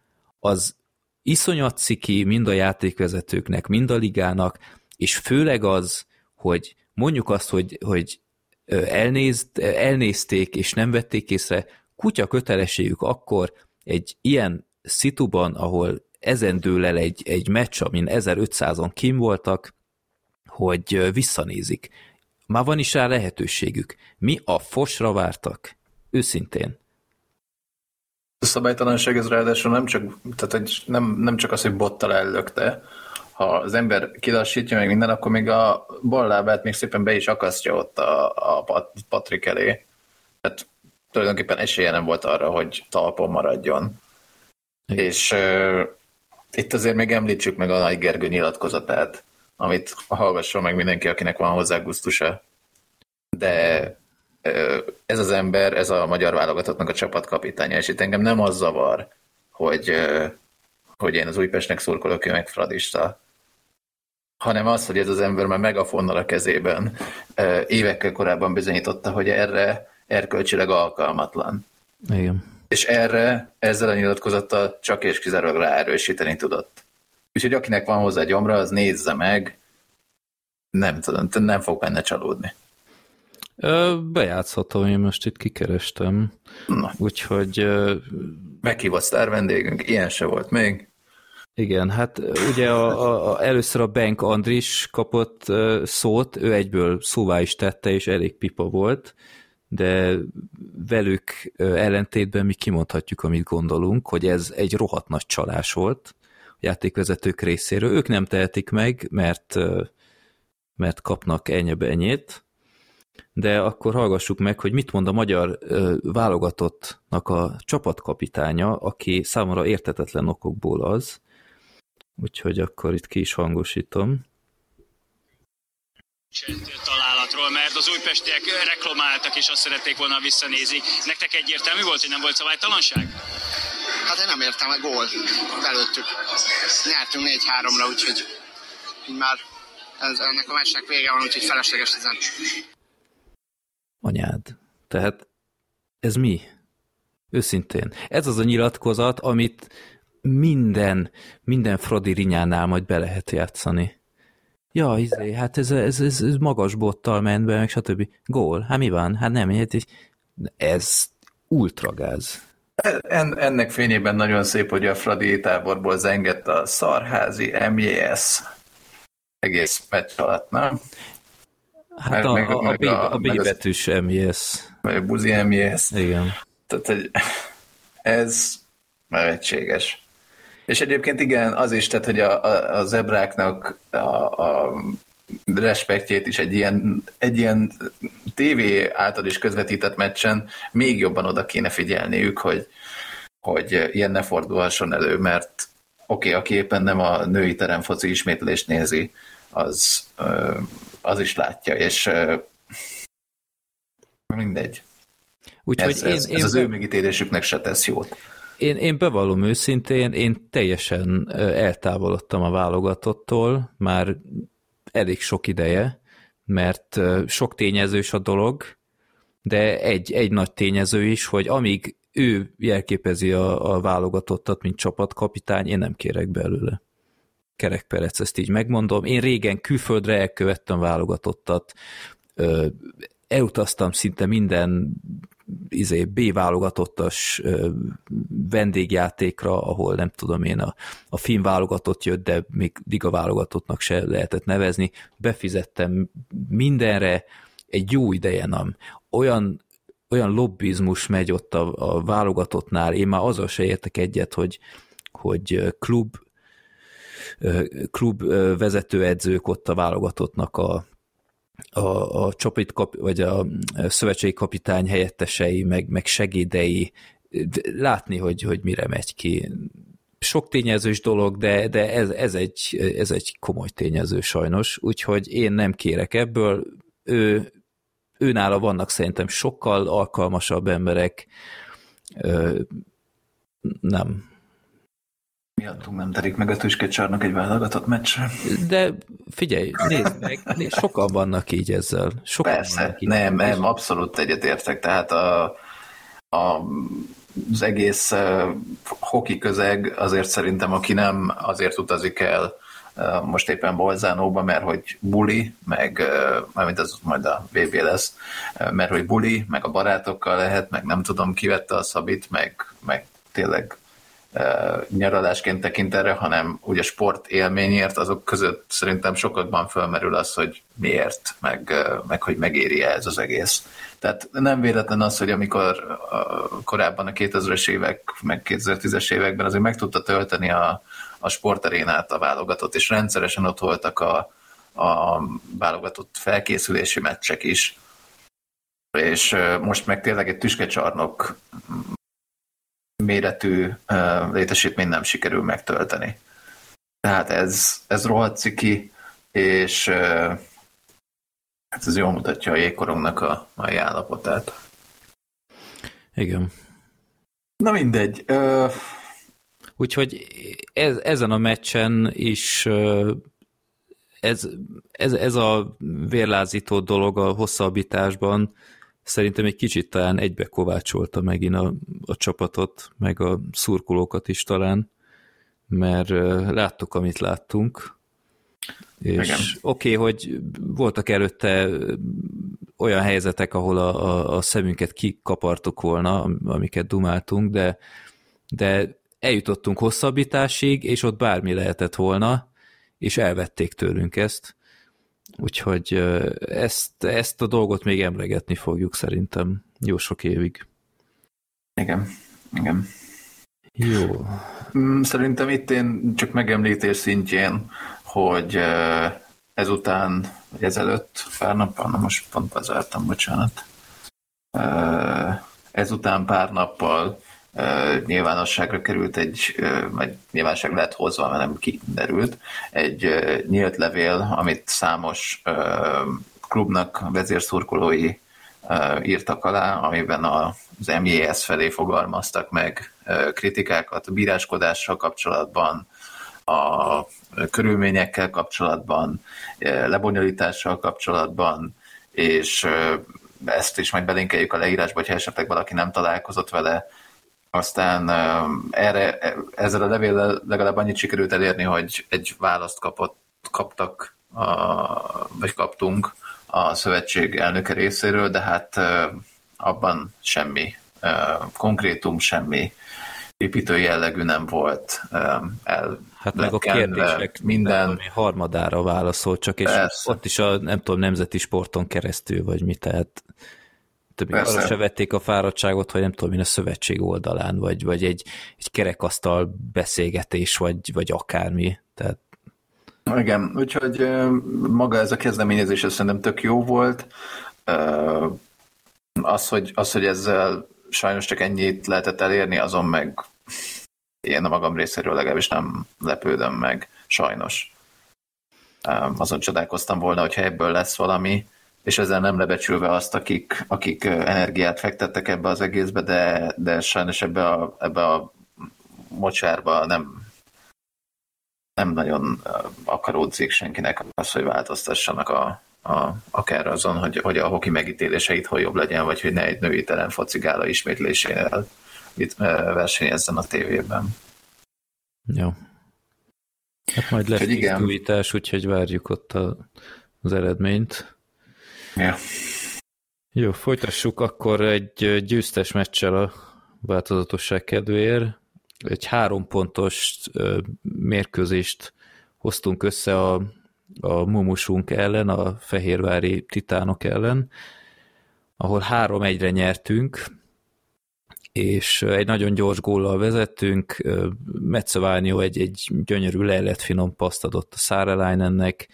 az iszonyat ciki mind a játékvezetőknek, mind a ligának, és főleg az, hogy mondjuk azt, hogy, hogy elnéz, elnézték, és nem vették észre, kutya kötelességük akkor egy ilyen szituban, ahol ezen dől el egy, egy meccs, amin ezerötszázan kim voltak, hogy visszanézik. Már van is rá lehetőségük. Mi a fosra vártak? Őszintén. A szabálytalanság ez ráadásul nem csak, tehát nem, nem csak az, hogy bottal ellökte. Ha az ember kilassítja meg minden, akkor még a bal lábát még szépen be is akasztja ott a, a Patrik elé. Tehát tulajdonképpen esélye nem volt arra, hogy talpon maradjon. Igen. És uh, itt azért még említsük meg a Nagy Gergő nyilatkozatát, amit hallgasson meg mindenki, akinek van hozzá gusztusa. De uh, ez az ember, ez a magyar válogatottnak a csapatkapitánya, és itt engem nem az zavar, hogy, uh, hogy én az Újpestnek szurkolok, ő meg fradista, hanem az, hogy ez az ember már megafonnal a kezében uh, évekkel korábban bizonyította, hogy erre erkölcsileg alkalmatlan. Igen. És erre, ezzel a nyilatkozattal csak és kizárólag ráerősíteni tudott. Úgyhogy akinek van hozzá gyomra, az nézze meg, nem tudom, nem fog benne csalódni. Ö, bejátszhatom, én most itt kikerestem. Na. Úgyhogy... Ö... Meghívott sztár vendégünk, ilyen se volt még. Igen, hát ugye a, a, a, először a Benk Andris kapott ö, szót, ő egyből szóvá is tette, és elég pipa volt, de velük ellentétben mi kimondhatjuk, amit gondolunk, hogy ez egy rohadt nagy csalás volt a játékvezetők részéről. Ők nem tehetik meg, mert, mert kapnak ennyi-ennyit, de akkor hallgassuk meg, hogy mit mond a magyar válogatottnak a csapatkapitánya, aki számomra érthetetlen okokból az, úgyhogy akkor itt ki is hangosítom. Találatról, mert az újpestiek reklamáltak, és azt szerették volna visszanézni. Nektek egyértelmű volt, hogy nem volt szabálytalanság? Hát én nem értem, a gól előttük. Nyertünk négy háromra, úgyhogy így már ez, ennek a meccsnek vége van, úgyhogy felesleges ezen. Anyád. Tehát ez mi? Őszintén. Ez az a nyilatkozat, amit minden, minden Fradi Rinyánál majd be lehet játszani. Ja, izé, hát ez, ez, ez, ez magas bottal ment be, meg stb. Gól, hát mi van? Hát nem, ez ultragáz. En, ennek fényében nagyon szép, hogy a Fradi táborból zengett a szarházi em jé es egész meccs alatt, nem? Hát meg, a, meg, a, meg a, a B betűs em jé es. Vagy a buzi em jé es. Igen. Tehát, hogy ez nevetséges. És egyébként igen, az is, tehát, hogy a, a, a zebráknak a, a respektjét is egy ilyen, egy ilyen tévé által is közvetített meccsen még jobban oda kéne figyelniük, hogy, hogy ilyen ne fordulhasson elő, mert oké, okay, aki éppen nem a női teremfoci ismétlést nézi, az, az is látja, és mindegy. Úgyhogy ez, én, ez, én ez az be... ő megítélésüknek se tesz jót. Én, én bevallom őszintén, én teljesen eltávolodtam a válogatottól, már elég sok ideje, mert sok tényezős a dolog, de egy, egy nagy tényező is, hogy amíg ő jelképezi a, a válogatottat, mint csapatkapitány, én nem kérek belőle. Kerek Perec, ezt így megmondom. Én régen külföldre elkövettem válogatottat, elutaztam szinte minden izé, B-válogatottas vendégjátékra, ahol nem tudom én, a, a finn válogatott jött, de még liga válogatottnak se lehetett nevezni. Befizettem mindenre, egy jó ideje nem. Olyan, olyan lobbizmus megy ott a, a válogatottnál, én már azzal se értek egyet, hogy, hogy klub, klub vezetőedzők ott a válogatottnak a a, a csapat kap, vagy a szövetségi kapitány helyettesei, meg, meg segédei, látni, hogy, hogy mire megy ki. Sok tényezős dolog, de, de ez, ez, egy, ez egy komoly tényező sajnos, úgyhogy én nem kérek ebből. Ő, őnála vannak szerintem sokkal alkalmasabb emberek. Ö, nem. Miattunk nem terik meg a tüskecsarnak egy válogatott meccsre. De figyelj, nézd meg, nézd, sokan vannak így ezzel. Sokan Persze, nem, nem, abszolút egyetértek, tehát a, a, az egész uh, hoki közeg azért szerintem, aki nem azért utazik el uh, most éppen Bolzánóba, mert hogy buli, meg, uh, majd az majd a vé bé lesz, uh, mert hogy buli, meg a barátokkal lehet, meg nem tudom, kivette a Szabit, meg, meg tényleg Uh, nyaralásként tekint erre, hanem ugye sport élményért, azok között szerintem sokakban fölmerül az, hogy miért, meg, uh, meg hogy megéri ez az egész. Tehát nem véletlen az, hogy amikor uh, korábban a kétezres évek, meg kétezer-tízes években azért meg tudta tölteni a, a sportarénát a válogatott, és rendszeresen ott voltak a, a válogatott felkészülési meccsek is. És uh, most meg tényleg egy tüskecsarnok méretű uh, létesítményt nem sikerül megtölteni. Tehát ez, ez rohadt ciki, és uh, hát ez jól mutatja a jégkorongnak a mai állapotát. Igen. Na mindegy. Uh... Úgyhogy ez, ezen a meccsen is uh, ez, ez, ez a vérlázító dolog a hosszabbításban szerintem egy kicsit talán egybekovácsolta megint a, a csapatot, meg a szurkolókat is talán, mert uh, láttuk, amit láttunk, és oké, okay, hogy voltak előtte olyan helyzetek, ahol a, a, a szemünket kikapartuk volna, amiket dumáltunk, de, de eljutottunk hosszabbításig, és ott bármi lehetett volna, és elvették tőlünk ezt. Úgyhogy ezt, ezt a dolgot még emlegetni fogjuk szerintem jó sok évig. Igen, igen. Jó. Szerintem itt én csak megemlítés szintjén, hogy ezután, vagy ezelőtt, pár nappal, na most pont bezártam, bocsánat. Ezután pár nappal nyilvánosságra került egy, vagy nyilvánosság lehet hozva, mert nem kiderült, egy nyílt levél, amit számos klubnak vezérszurkolói írtak alá, amiben az em jé es felé fogalmaztak meg kritikákat a bíráskodással kapcsolatban, a körülményekkel kapcsolatban, lebonyolítással kapcsolatban, és ezt is majd belinkeljük a leírásba, hogyha esetleg valaki nem találkozott vele. Aztán erre, ezzel a levéllel legalább annyit sikerült elérni, hogy egy választ kapott, kaptak, a, vagy kaptunk a szövetség elnöke részéről, de hát abban semmi konkrétum, semmi építő jellegű nem volt. El hát meg a kérdések minden harmadára válaszolt, csak és persze. Ott is a, nem tudom, nemzeti sporton keresztül, vagy mi, tehát arra se vették a fáradtságot, hogy nem tudom, én a szövetség oldalán, vagy, vagy egy, egy kerekasztal beszélgetés, vagy, vagy akármi. Tehát... Igen, úgyhogy maga ez a kezdeményezés szerintem tök jó volt. Az, hogy, az, hogy ezzel sajnos csak ennyit lehetett elérni, azon meg én a magam részéről legalábbis nem lepődöm meg, sajnos. Azon csodálkoztam volna, hogyha ebből lesz valami, és ezzel nem lebecsülve azt, akik, akik energiát fektettek ebbe az egészbe, de, de sajnos ebbe a, ebbe a mocsárba nem, nem nagyon akaródzik senkinek az, hogy változtassanak a, a, akár azon, hogy, hogy a hoki megítélése itthon jobb legyen, vagy hogy ne egy női telen focigála ismétlésénél itt versenyezzen a tévében. Jó. Hát majd lesz tisztújítás, úgyhogy várjuk ott a, az eredményt. Ja. Jó, folytassuk akkor egy győztes meccsel a változatosság kedvéért. Egy három pontos mérkőzést hoztunk össze a, a mumusunk ellen, a fehérvári titánok ellen, ahol három egyre nyertünk, és egy nagyon gyors góllal vezettünk. Metszöványó egy, egy gyönyörű lejlett finom paszt adott a Saarelainennek,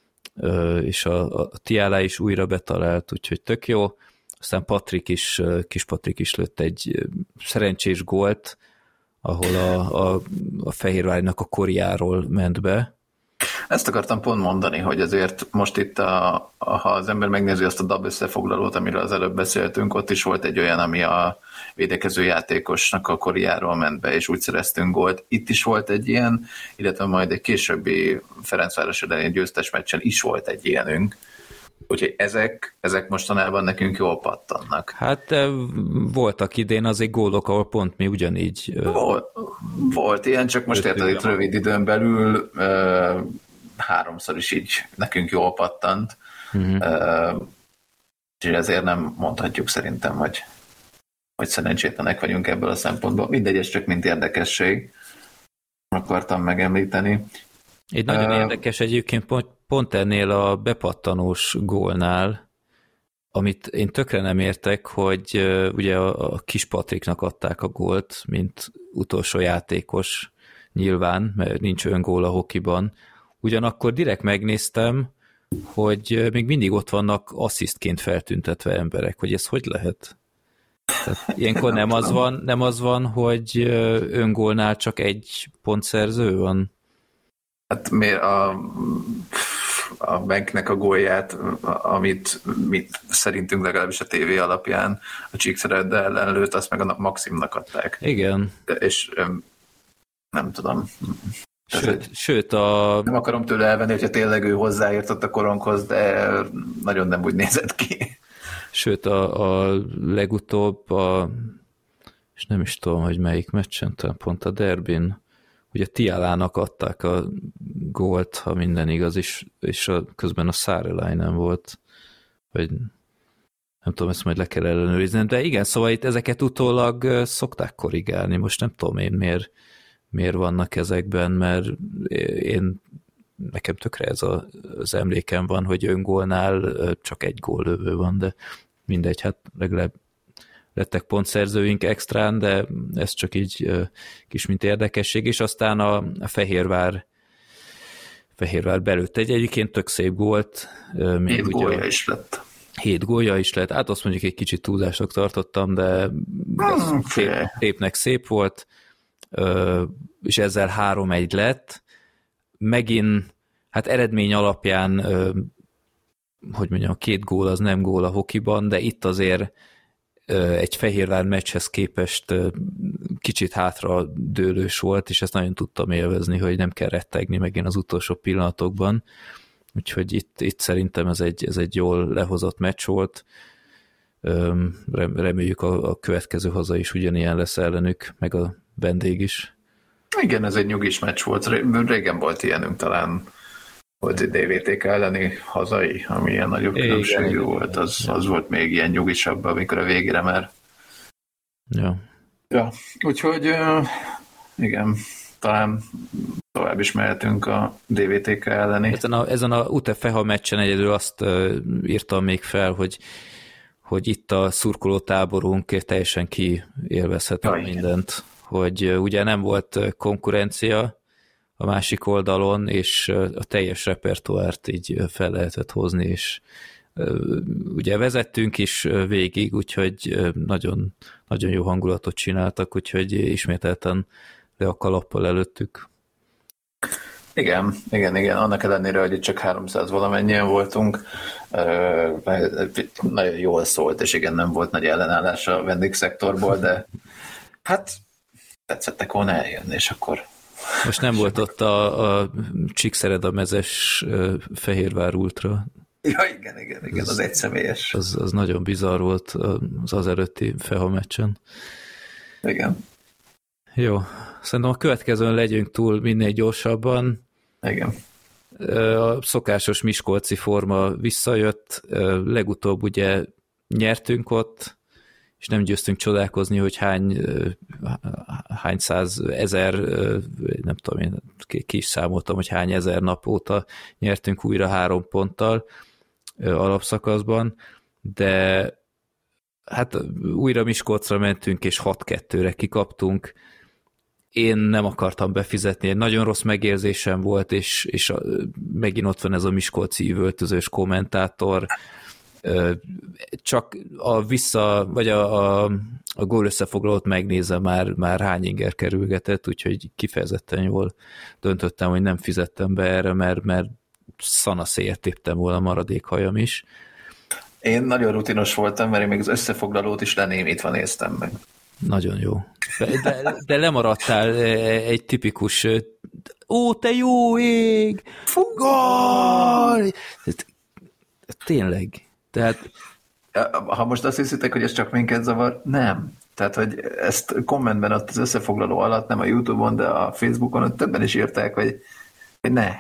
és a, a Tiala is újra betalált, úgyhogy tök jó. Aztán Patrik is, kis Patrik is lőtt egy szerencsés gólt, ahol a, a, a Fehérvárinak a koriáról ment be. Ezt akartam pont mondani, hogy azért most itt, a, a, ha az ember megnézi azt a dab összefoglalót, amiről az előbb beszéltünk, ott is volt egy olyan, ami a védekező játékosnak a koriáról ment be, és úgy szereztünk gólt. Itt is volt egy ilyen, illetve majd egy későbbi Ferencváros elleni győztes meccsen is volt egy ilyenünk. Úgyhogy ezek, ezek mostanában nekünk jól pattannak. Hát voltak idén azért gólok, ahol pont mi ugyanígy... Volt, volt ilyen, csak most érted, itt rövid időn belül uh, háromszor is így nekünk jól pattant. Uh-huh. Uh, és ezért nem mondhatjuk szerintem, hogy, hogy szerencsétlenek vagyunk ebből a szempontból. Mindegy, ez csak mint érdekesség. Akartam megemlíteni. Egy nagyon uh, érdekes egyébként pont, pont ennél a bepattanós gólnál, amit én tökre nem értek, hogy uh, ugye a, a kis Patriknak adták a gólt, mint utolsó játékos nyilván, mert nincs olyan gól a hokiban. Ugyanakkor direkt megnéztem, hogy még mindig ott vannak asszisztként feltüntetve emberek, hogy ez hogy lehet? Tehát ilyenkor nem az van, nem az van, hogy öngólnál csak egy pontszerző van? Hát miért a, a banknek a gólját, amit mit szerintünk legalábbis a tévé alapján a Csíkszerede ellen lőtt, azt meg a Maximnak adták. Igen. De, és nem tudom. Sőt, Tehát, sőt a... Nem akarom tőle elvenni, hogyha tényleg ő hozzáértott a koronkhoz, de nagyon nem úgy nézett ki. Sőt, a, a legutóbb, a, és nem is tudom, hogy melyik meccsen, pont a derbin, ugye Tialának adták a gólt, ha minden igaz, és, és a, közben a Saarelainen volt, vagy nem tudom, ezt majd le kell ellenőrizni, de igen, szóval itt ezeket utólag szokták korrigálni, most nem tudom én miért, miért vannak ezekben, mert én nekem tökre ez a, az emlékem van, hogy öngólnál csak egy góllövő van, de mindegy, hát legalább lettek pontszerzőink extrán, de ez csak így kis mint érdekesség, és aztán a, a Fehérvár Fehérvár belőtt egy egyébként tök szép gólt. Hét gólja is lett. Hét gólja is lett, hát azt mondjuk egy kicsit túlzásnak tartottam, de hmm, szép, szépnek szép volt, és ezzel három egy lett. Megint, hát eredmény alapján, hogy mondjam, a két gól az nem gól a hokiban, de itt azért egy Fehérvár meccshez képest kicsit hátra dőlős volt, és ezt nagyon tudtam élvezni, hogy nem kell rettegni megint az utolsó pillanatokban. Úgyhogy itt, itt szerintem ez egy, ez egy jól lehozott meccs volt. Reméljük a, a következő haza is ugyanilyen lesz ellenük, meg a vendég is. Igen, ez egy nyugis meccs volt. Régen volt ilyenünk, talán volt egy dé vé té ká elleni hazai, ami ilyen nagyobb különbségű volt. Az, az volt még ilyen nyugisabb, amikor a végére már Ja. Ja, úgyhogy igen, talán tovább is mehetünk a dé vé té ká elleni. Ezen a, ezen a u té ef e há meccsen egyedül azt uh, írtam még fel, hogy, hogy itt a szurkoló táborunk teljesen kiélvezhet ja, mindent. Hogy uh, ugye nem volt konkurencia a másik oldalon, és uh, a teljes repertoárt így fel lehetett hozni, és uh, ugye vezettünk is végig, úgyhogy uh, nagyon, nagyon jó hangulatot csináltak, úgyhogy ismételten le a kalappal előttük. Igen, igen, igen. Annak ellenére, hogy itt csak háromszáz valamennyien voltunk, nagyon jól szólt, és igen, nem volt nagy ellenállás a vendégszektorból, de hát tetszettek volna eljönni, és akkor... Most nem volt ott a, a Csíkszereda mezes Fehérvár Ultra. Ja, igen, igen, igen, az, az egyszemélyes. Az, az nagyon bizarr volt az az előtti e há meccsen. Igen. Jó, szerintem a következőn legyünk túl minél gyorsabban. Igen. A szokásos miskolci forma visszajött, legutóbb ugye nyertünk ott, és nem győztünk csodálkozni, hogy hány, hány száz ezer, nem tudom, én ki is számoltam, hogy hány ezer nap óta nyertünk újra három ponttal alapszakaszban, de hát újra Miskolcra mentünk, és hat kettőre kikaptunk. Én nem akartam befizetni, egy nagyon rossz megérzésem volt, és, és a, megint ott van ez a miskolci üvöltözős kommentátor, csak a vissza, vagy a, a, a gól összefoglalót megnézve már, már hány inger kerülgetett, úgyhogy kifejezetten jól döntöttem, hogy nem fizettem be erre, mert, mert szanaszéjjel téptem volna maradék hajam is. Én nagyon rutinos voltam, mert én még az összefoglalót is lenémítva néztem meg. Nagyon jó. De, de lemaradtál egy tipikus ó, te jó ég! Fugol! Tényleg. Tehát... Ha most azt hiszitek, hogy ez csak minket zavar, nem. Tehát, hogy ezt kommentben ott az összefoglaló alatt, nem a YouTube-on, de a Facebookon ott többen is írták, hogy, hogy ne.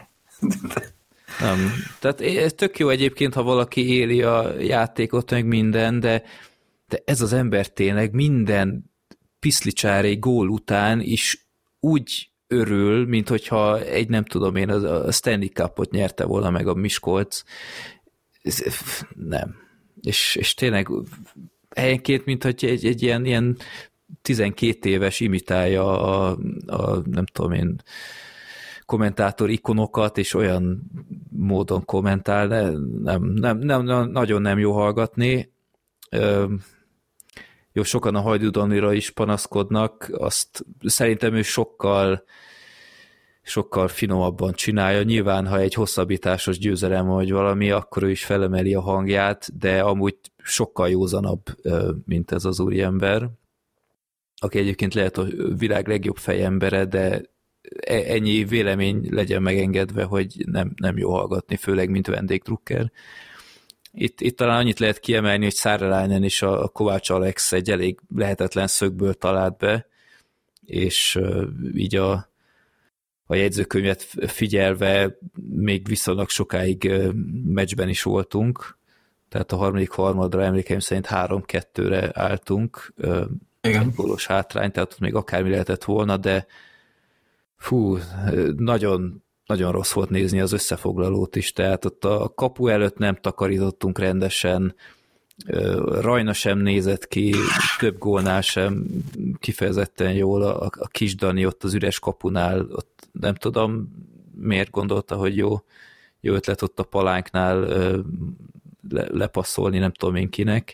Nem. Tehát ez tök jó egyébként, ha valaki éli a játékot, meg minden, de, de ez az ember tényleg minden piszlicsári gól után is úgy örül, mint hogyha egy, nem tudom én, a Stanley Cupot nyerte volna meg a Miskolc. Ez, nem. És, és tényleg helyenként, mint hogy egy, egy ilyen, ilyen tizenkét éves imitálja a, a nem tudom én, kommentátor ikonokat, és olyan módon kommentál, nem, nem, nem, nem, nagyon nem jó hallgatni. Ö, jó, sokan a Hajdú Danira is panaszkodnak, azt szerintem ő sokkal sokkal finomabban csinálja. Nyilván, ha egy hosszabbításos győzelem vagy valami, akkor ő is felemeli a hangját, de amúgy sokkal józanabb, mint ez az úriember, aki egyébként lehet a világ legjobb fejembere, de ennyi vélemény legyen megengedve, hogy nem, nem jó hallgatni, főleg mint vendégdrukker. Itt, itt talán annyit lehet kiemelni, hogy Saarelainen és a Kovács Alex egy elég lehetetlen szögből talált be, és így a, a jegyzőkönyvet figyelve még viszonylag sokáig meccsben is voltunk, tehát a harmadik harmadra emlékeim szerint három kettőre álltunk, egy gólos hátrány, tehát ott még akármi lehetett volna, de fú, nagyon, nagyon rossz volt nézni az összefoglalót is, tehát ott a kapu előtt nem takarítottunk rendesen, Rajna sem nézett ki, több gólnál sem kifejezetten jól, a, a kis Dani ott az üres kapunál, ott nem tudom miért gondolta, hogy jó, jó ötlet ott a palánknál le, lepasszolni, nem tudom én kinek.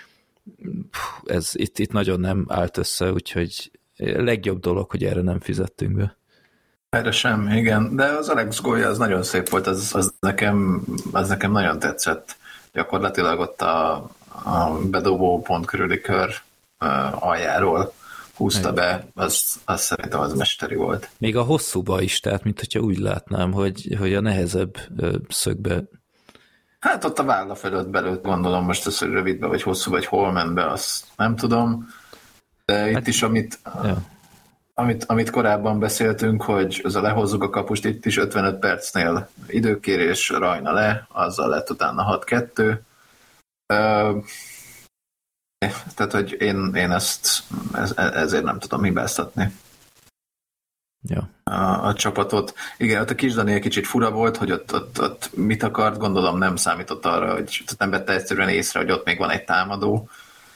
Ez itt, itt nagyon nem állt össze, úgyhogy a legjobb dolog, hogy erre nem fizettünk be. Erre sem, igen, de az Alex gólja az nagyon szép volt, az, az, nekem, az nekem nagyon tetszett. Gyakorlatilag ott a, a bedobó pont körüli kör uh, aljáról húzta igen. be, az, az szerintem az mesteri volt. Még a hosszúba is, tehát mint hogyha úgy látnám, hogy, hogy a nehezebb uh, szögbe. Hát ott a válla fölött belőtt, gondolom most az, hogy rövidbe, vagy hosszú, vagy hol ment be, azt nem tudom. De hát, itt is, amit, ja. amit, amit korábban beszéltünk, hogy az a lehozzuk a kapust, itt is ötvenöt percnél időkérés, Rajna le, azzal lett utána hat kettő. Uh, Tehát, hogy én, én ezt ez, ezért nem tudom hibáztatni. Ja. A, a csapatot. Igen, ott a Kis Dani egy kicsit fura volt, hogy ott, ott, ott mit akart, gondolom nem számított arra, hogy nem vette egyszerűen észre, hogy ott még van egy támadó.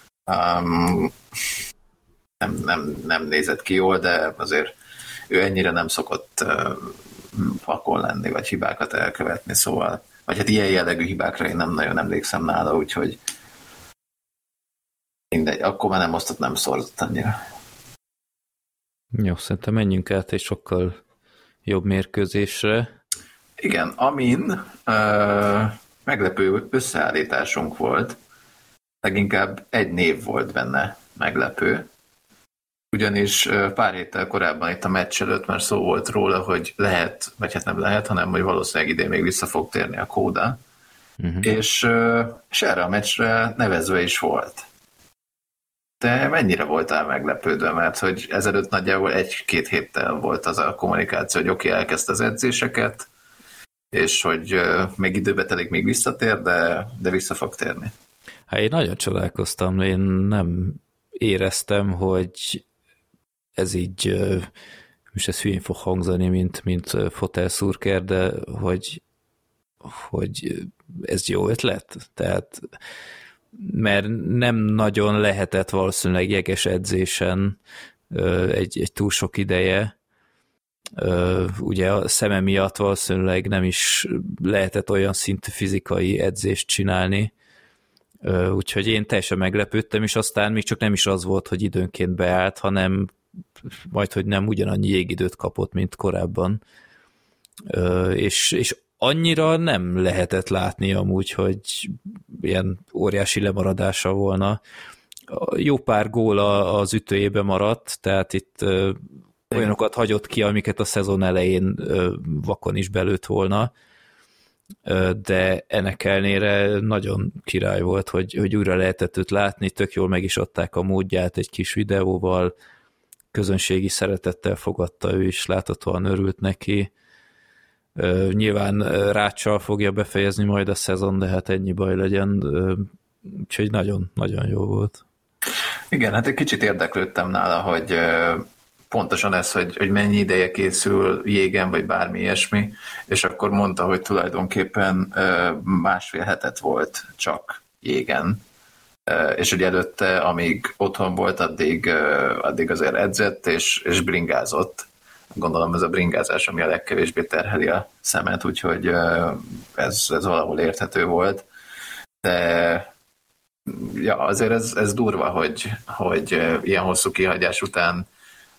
Um, nem, nem, nem nézett ki jól, de azért ő ennyire nem szokott uh, vakon lenni, vagy hibákat elkövetni, szóval, vagy hát ilyen jellegű hibákra én nem nagyon emlékszem nála, úgyhogy mindegy, akkor már nem osztott, nem szorzott annyira. Jó, szerintem menjünk át egy sokkal jobb mérkőzésre. Igen, amin uh, meglepő összeállításunk volt, leginkább egy név volt benne meglepő, ugyanis uh, pár héttel korábban itt a meccs előtt már szó volt róla, hogy lehet, vagy hát nem lehet, hanem hogy valószínűleg idén még vissza fog térni a Kóda, uh-huh. és, uh, és erre a meccsre nevezve is volt. Te mennyire voltál meglepődve, mert hogy ezelőtt nagyjából egy-két héttel volt az a kommunikáció, hogy oké, okay, elkezdte az edzéseket, és hogy uh, még időbe telik, még visszatér, de, de vissza fog térni. Hát én nagyon csodálkoztam, én nem éreztem, hogy ez így, uh, most ez hülyén fog hangzani, mint, mint fotelszurker, de hogy, hogy ez jó ötlet, tehát mert nem nagyon lehetett valószínűleg jeges edzésen egy, egy túl sok ideje. Ugye a szeme miatt valószínűleg nem is lehetett olyan szintű fizikai edzést csinálni, úgyhogy én teljesen meglepődtem, és aztán még csak nem is az volt, hogy időnként beállt, hanem majd, hogy nem ugyanannyi jégidőt kapott, mint korábban. És, és annyira nem lehetett látni amúgy, hogy ilyen óriási lemaradása volna. Jó pár gól az ütőjébe maradt, tehát itt olyanokat hagyott ki, amiket a szezon elején vakon is belőtt volna, de ennek ellenére nagyon király volt, hogy, hogy újra lehetett őt látni, tök jól meg is adták a módját egy kis videóval, közönségi szeretettel fogadta, ő is láthatóan örült neki. Uh, nyilván uh, Ráccsal fogja befejezni majd a szezon, de hát ennyi baj legyen, uh, úgyhogy nagyon-nagyon jó volt. Igen, hát egy kicsit érdeklődtem nála, hogy uh, pontosan ez, hogy, hogy mennyi ideje készül jégen, vagy bármi ilyesmi, és akkor mondta, hogy tulajdonképpen uh, másfél hetet volt csak jégen, uh, és hogy előtte, amíg otthon volt, addig, uh, addig azért edzett, és, és bringázott. Gondolom ez a bringázás, ami a legkevésbé terheli a szemet, úgyhogy ez, ez valahol érthető volt. De ja, azért ez, ez durva, hogy, hogy ilyen hosszú kihagyás után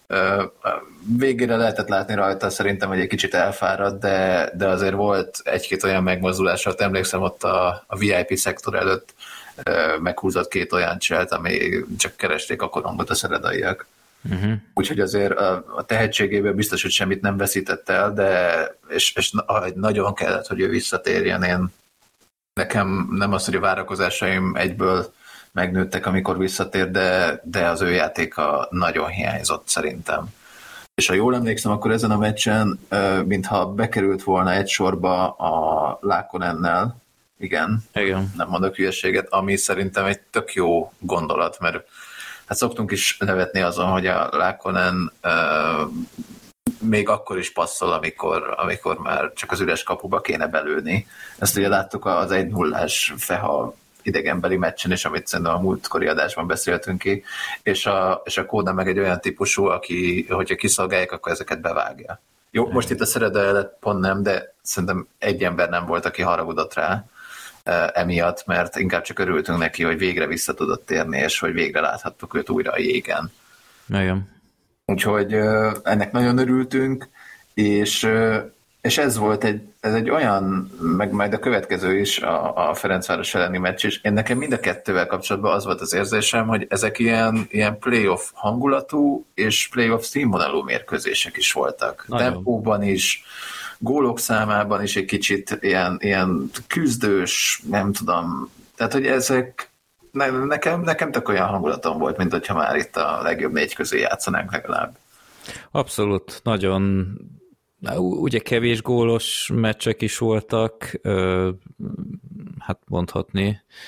végére lehetett látni rajta, szerintem, hogy egy kicsit elfáradt, de, de azért volt egy-két olyan megmozdulás, ott emlékszem ott a, a vé i pé szektor előtt meghúzott két olyan cselt, ami csak keresték a korongot a szeredaiak. Uh-huh. Úgyhogy azért a, a tehetségében biztos, hogy semmit nem veszített el, de és, és nagyon kellett, hogy ő visszatérjen. Én, nekem nem az, hogy a várakozásaim egyből megnőttek, amikor visszatér, de, de az ő játéka nagyon hiányzott szerintem. És ha jól emlékszem, akkor ezen a meccsen, mintha bekerült volna egy sorba a Lákonennel, igen, igen, nem mondok hülyeséget, ami szerintem egy tök jó gondolat, mert hát szoktunk is nevetni azon, hogy a Lákonen uh, még akkor is passzol, amikor, amikor már csak az üres kapuba kéne belőni. Ezt ugye láttuk az egy nullás Feha idegenbeli meccsen is, amit szerintem a múltkori adásban beszéltünk ki, és a, és a Kóda meg egy olyan típusú, aki, hogyha kiszolgálják, akkor ezeket bevágja. Jó, most itt a Szereda előtt pont nem, de szerintem egy ember nem volt, aki haragudott rá emiatt, mert inkább csak örültünk neki, hogy végre vissza tudott térni, és hogy végre láthattuk őt újra a jégen. Igen. Úgyhogy ennek nagyon örültünk, és, és ez volt egy, ez egy olyan, meg majd a következő is, a, a Ferencváros elleni meccs is, én nekem mind a kettővel kapcsolatban az volt az érzésem, hogy ezek ilyen, ilyen playoff hangulatú és playoff színvonalú mérkőzések is voltak. Nagyon. Tempóban is, gólok számában is egy kicsit ilyen, ilyen küzdős, nem tudom, tehát, hogy ezek ne, nekem, nekem tök olyan hangulatom volt, mint hogyha már itt a legjobb négy közé játszanánk legalább. Abszolút, nagyon, ugye kevés gólos meccsek is voltak, hát mondhatni,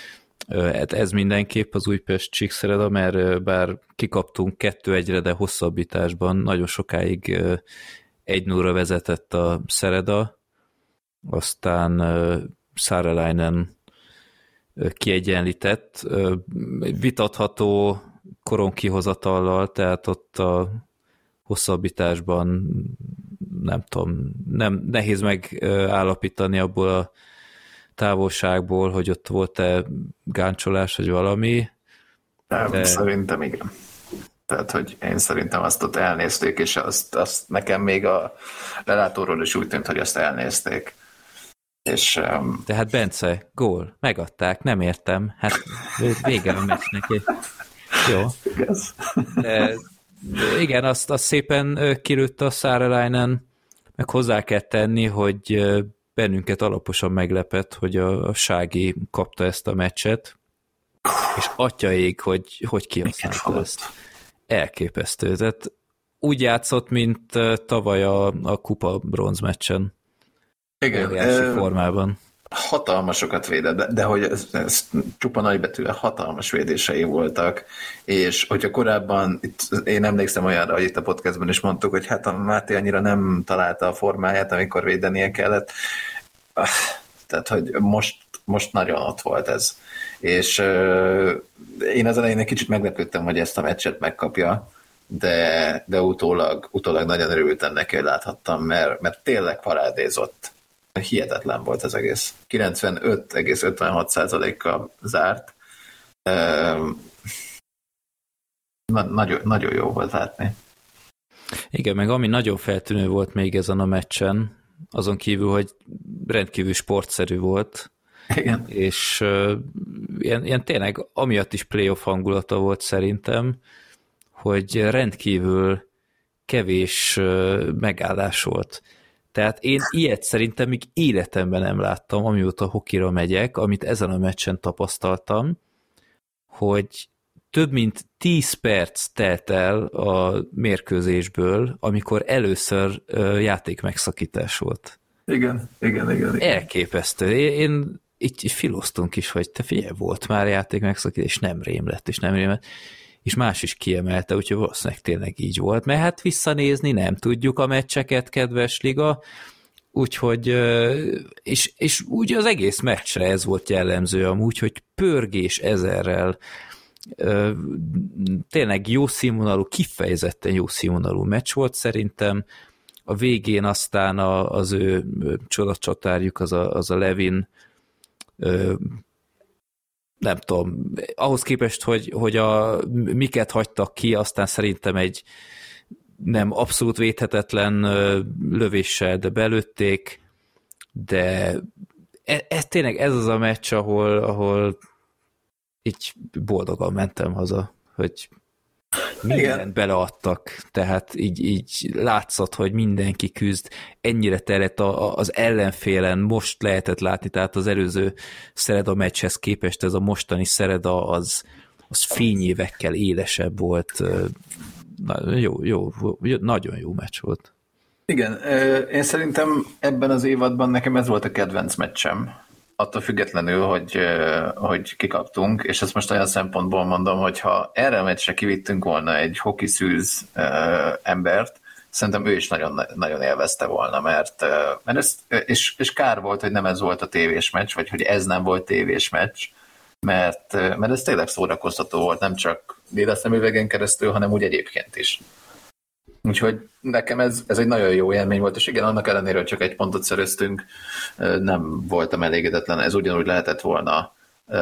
Ez mindenképp az Újpest Csíkszereda, mert bár kikaptunk kettő egyre, de hosszabbításban nagyon sokáig egy nullra vezetett a Szereda, aztán Saarelainen kiegyenlített, vitatható koronkihozatallal, tehát ott a hosszabbításban nem tudom, nem, nehéz megállapítani abból a távolságból, hogy ott volt-e gáncsolás, vagy valami. Nem, de... Szerintem igen. Tehát, hogy én szerintem azt ott elnézték, és azt, azt nekem még a lelátóról is úgy tűnt, hogy azt elnézték. És, um... De hát Bence, gól, megadták, nem értem. Hát vége a meccsnek. Jó. Igaz. De, igen, azt, azt szépen kilőtte a Saarelainen, meg hozzá kell tenni, hogy bennünket alaposan meglepett, hogy a, a Sági kapta ezt a meccset, és atyaég, hogy, hogy kihasználta ezt. Elképesztő. Tehát úgy játszott, mint tavaly a, a kupa bronz meccsen. Igen. E, formában. Hatalmasokat védett, de, de hogy ez, ez csupa nagybetűvel hatalmas védései voltak, és hogyha korábban, itt, én emlékszem olyanra, hogy itt a podcastban is mondtuk, hogy hát a Máté annyira nem találta a formáját, amikor védenie kellett, tehát hogy most, most nagyon ott volt ez. És euh, én az elején egy kicsit meglepődtem, hogy ezt a meccset megkapja, de, de utólag, utólag nagyon örültem neki, hogy láthattam, mert, mert tényleg parádézott. Hihetetlen volt az egész. kilencvenöt egész ötvenhat százalékkal zárt. Na, nagyon, nagyon jó volt látni. Igen, meg ami nagyon feltűnő volt még ezen a meccsen, azon kívül, hogy rendkívül sportszerű volt. Igen. És uh, ilyen, ilyen tényleg amiatt is playoff hangulata volt szerintem, hogy rendkívül kevés uh, megállás volt. Tehát én ilyet szerintem még életemben nem láttam, amióta hokira megyek, amit ezen a meccsen tapasztaltam, hogy több mint tíz perc telt el a mérkőzésből, amikor először uh, játékmegszakítás volt. Igen, igen, igen. igen. Elképesztő. Én így, így filoztunk is, hogy te figyelj, volt már játékmegszakítás, és nem rém lett, és nem rém lett. És más is kiemelte, úgyhogy valószínűleg tényleg így volt. Mert hát visszanézni nem tudjuk a meccseket, kedves liga, úgyhogy, és, és úgy az egész meccsre ez volt jellemző amúgy, hogy pörgés ezerrel, tényleg jó színvonalú, kifejezetten jó színvonalú meccs volt szerintem. A végén aztán a, az ő csodacsatárjuk, az a, az a Levin, nem tudom, ahhoz képest, hogy, hogy a, miket hagytak ki, aztán szerintem egy nem abszolút védhetetlen lövéssel, de belőtték, de ez, ez tényleg ez az a meccs, ahol, ahol így boldogan mentem haza, hogy mindent beleadtak, tehát így, így látszott, hogy mindenki küzd, ennyire terjedt az ellenfélen, most lehetett látni, tehát az előző Szereda meccshez képest ez a mostani Szereda az, az fényévekkel élesebb volt, jó, jó, nagyon jó meccs volt. Igen, én szerintem ebben az évadban nekem ez volt a kedvenc meccsem. Attól függetlenül, hogy, hogy kikaptunk, és ezt most olyan szempontból mondom, hogy ha erre a meccsre kivittünk volna egy hokiszűz embert, szerintem ő is nagyon, nagyon élvezte volna, mert, mert ez, és, és kár volt, hogy nem ez volt a tévés meccs, vagy hogy ez nem volt tévés meccs, mert, mert ez tényleg szórakoztató volt, nem csak lélekszemüvegen keresztül, hanem úgy egyébként is. Úgyhogy nekem ez, ez egy nagyon jó élmény volt, és igen, annak ellenére, hogy csak egy pontot szereztünk, nem voltam elégedetlen, ez ugyanúgy lehetett volna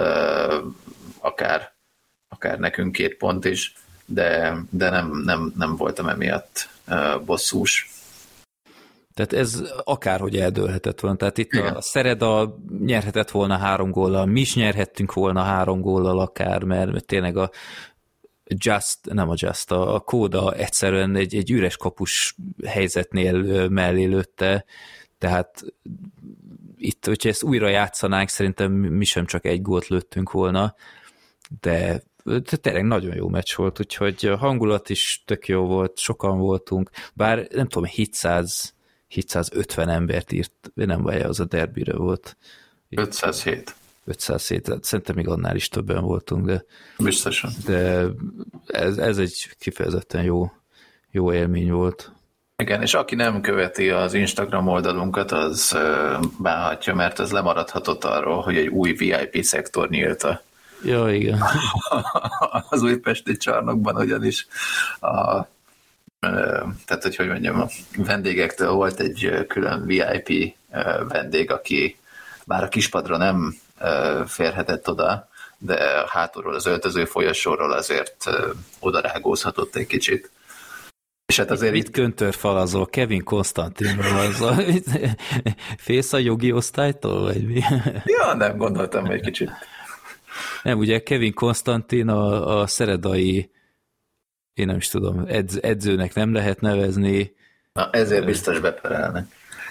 akár, akár nekünk két pont is, de, de nem, nem, nem voltam emiatt bosszús. Tehát ez akárhogy eldőlhetett volna. Tehát itt igen. A Szereda nyerhetett volna három góllal, mi is nyerhettünk volna három góllal akár, mert tényleg a Just, nem a Just, a, a Kóda egyszerűen egy, egy üres kapus helyzetnél mellé lőtte, tehát itt, hogyha ezt újra játszanánk, szerintem mi sem csak egy gólt lőttünk volna, de tényleg nagyon jó meccs volt, úgyhogy a hangulat is tök jó volt, sokan voltunk, bár nem tudom, hétszáz, hétszázötven embert írt, nem baj, az a derbire volt. ötszázhét. ötszáz szét, szerintem még annál is többen voltunk, de, biztosan. De ez, ez egy kifejezetten jó, jó élmény volt. Igen, és aki nem követi az Instagram oldalunkat, az bánhatja, mert ez lemaradhatott arról, hogy egy új vé i pé szektor nyílt a ja, igen. az újpesti csarnokban, ugyanis a, tehát, hogy hogy mondjam, a vendégektől volt egy külön vé i pé vendég, aki bár a kispadra nem férhetett oda, de hátulról az öltöző folyosóról azért odarágózhatott egy kicsit. És hát azért mit itt... köntörfalazol? Kevin Konstantinról azzal? Félsz a jogi osztálytól, vagy mi? Ja, nem, gondoltam egy kicsit. Nem, ugye Kevin Konstantin a, a szeredai, én nem is tudom, edz, edzőnek nem lehet nevezni. Na, ezért biztos beperelnek.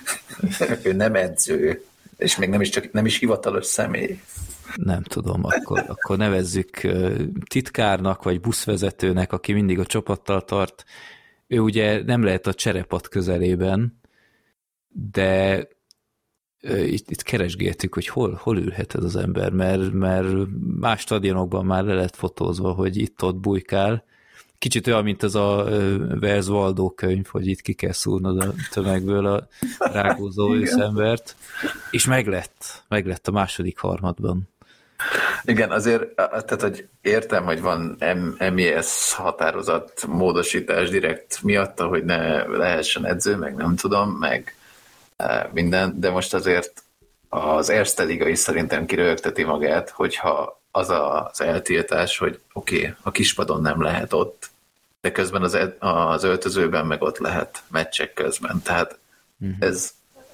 Ő nem edző, és még nem is, csak, nem is hivatalos személy. Nem tudom, akkor, akkor nevezzük titkárnak, vagy buszvezetőnek, aki mindig a csapattal tart. Ő ugye nem lehet a cserepad közelében, de itt, itt keresgéltük, hogy hol, hol ülhet ez az ember, mert, mert más stadionokban már le lett fotózva, hogy itt-ott bujkál. Kicsit olyan, mint ez a Where's Waldo könyv, hogy itt ki kell szúrnod a tömegből a rágózó őszembert, és meglett, meglett a második harmadban. Igen, azért, tehát, hogy értem, hogy van em i es határozat módosítás direkt miatta, hogy ne lehessen edző, meg nem tudom, meg minden, de most azért az Erste Liga is szerintem kirögteti magát, hogyha az az eltiltás, hogy oké, okay, a kispadon nem lehet ott, de közben az, az öltözőben meg ott lehet meccsek közben. Tehát uh-huh. ez...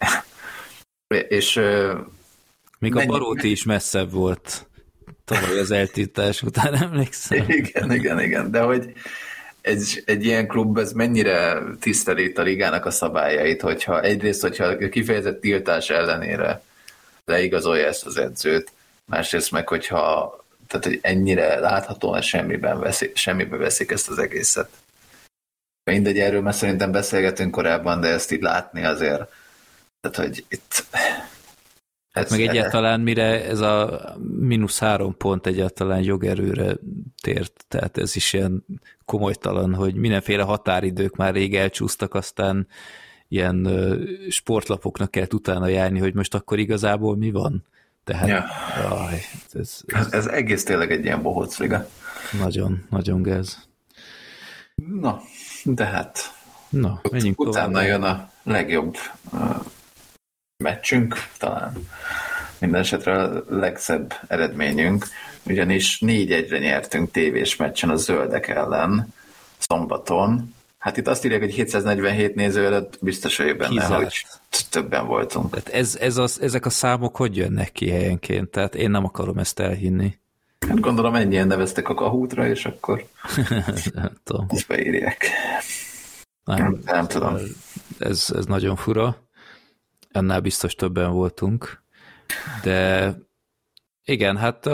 és... Még mennyi... a Baróti is messzebb volt tavaly az eltiltás után, emlékszem. Igen, igen, igen, de hogy egy, egy ilyen klub, ez mennyire tisztelít a ligának a szabályait, hogyha egyrészt, hogyha kifejezett tiltás ellenére leigazolja ezt az edzőt, másrészt meg, hogyha tehát, hogy ennyire láthatóan semmiben veszik, semmibe veszik ezt az egészet. Mindegy, erről már szerintem beszélgetünk korábban, de ezt így látni azért, tehát, hogy itt... Hát meg egyáltalán mire ez a mínusz három pont egyáltalán jogerőre tért, tehát ez is ilyen komolytalan, hogy mindenféle határidők már rég elcsúsztak, aztán ilyen sportlapoknak kell utána járni, hogy most akkor igazából mi van. Tehát ja. Aj, ez, ez, ez egész tényleg egy ilyen bohócliga. Nagyon, nagyon gáz. Na, de hát Na, menjünk ut- utána tovább. jön a legjobb uh, meccsünk, talán minden esetre a legszebb eredményünk, ugyanis négy egyre nyertünk tévés meccsen a zöldek ellen szombaton. Hát itt azt írják, hogy hétszáznegyvenhét néző előtt biztos vagyok benne, Kizárt. Hogy többen voltunk. Tehát ez, ez az, ezek a számok hogy jönnek ki helyenként? Tehát én nem akarom ezt elhinni. Hát gondolom ennyien neveztek a Kahútra, és akkor nem tudom. Ezt beírják. Nem, nem, nem tudom. Ez, ez nagyon fura. Annál biztos többen voltunk. De igen, hát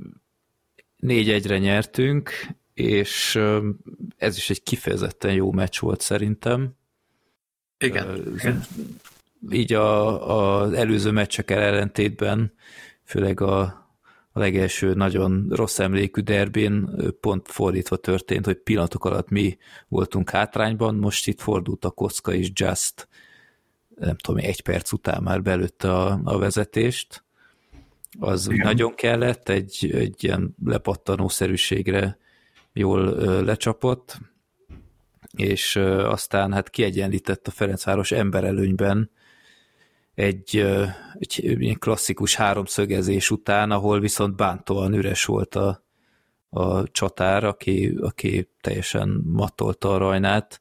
négy egyre nyertünk, és ez is egy kifejezetten jó meccs volt szerintem. Igen. Igen. Így a, az előző meccsekkel ellentétben, főleg a, a legelső nagyon rossz emlékű derbén pont fordítva történt, hogy pillanatok alatt mi voltunk hátrányban, most itt fordult a kocka és Just, nem tudom, egy perc után már belőtte a, a vezetést. Az úgy nagyon kellett, egy, egy ilyen lepattanószerűségre jól lecsapott, és aztán hát kiegyenlített a Ferencváros emberelőnyben egy, egy, egy klasszikus háromszögezés után, ahol viszont bántóan üres volt a, a csatár, aki, aki teljesen matolta a Rajnát.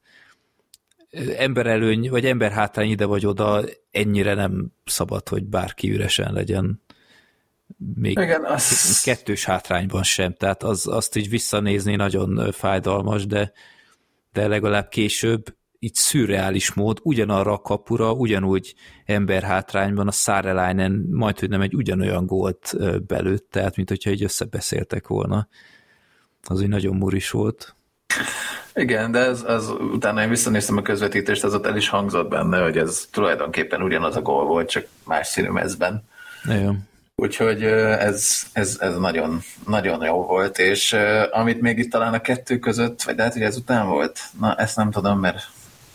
Emberelőny, vagy emberhátrány ide vagy oda, ennyire nem szabad, hogy bárki üresen legyen. Még igen, az... kettős hátrányban sem, tehát az, azt így visszanézni nagyon fájdalmas, de, de legalább később így szürreális mód, ugyanarra a kapura, ugyanúgy emberhátrányban a Saarelainen majdhogy nem egy ugyanolyan gólt belőtt, tehát mint hogyha így összebeszéltek volna. Az így nagyon muris volt. Igen, de ez, az, utána én visszanéztem a közvetítést, az ott el is hangzott benne, hogy ez tulajdonképpen ugyanaz a gól volt, csak más színű mezben. Igen. Úgyhogy ez, ez, ez nagyon, nagyon jó volt, és uh, amit még itt talán a kettő között, vagy lehet, hogy ez után volt? Na, ezt nem tudom, mert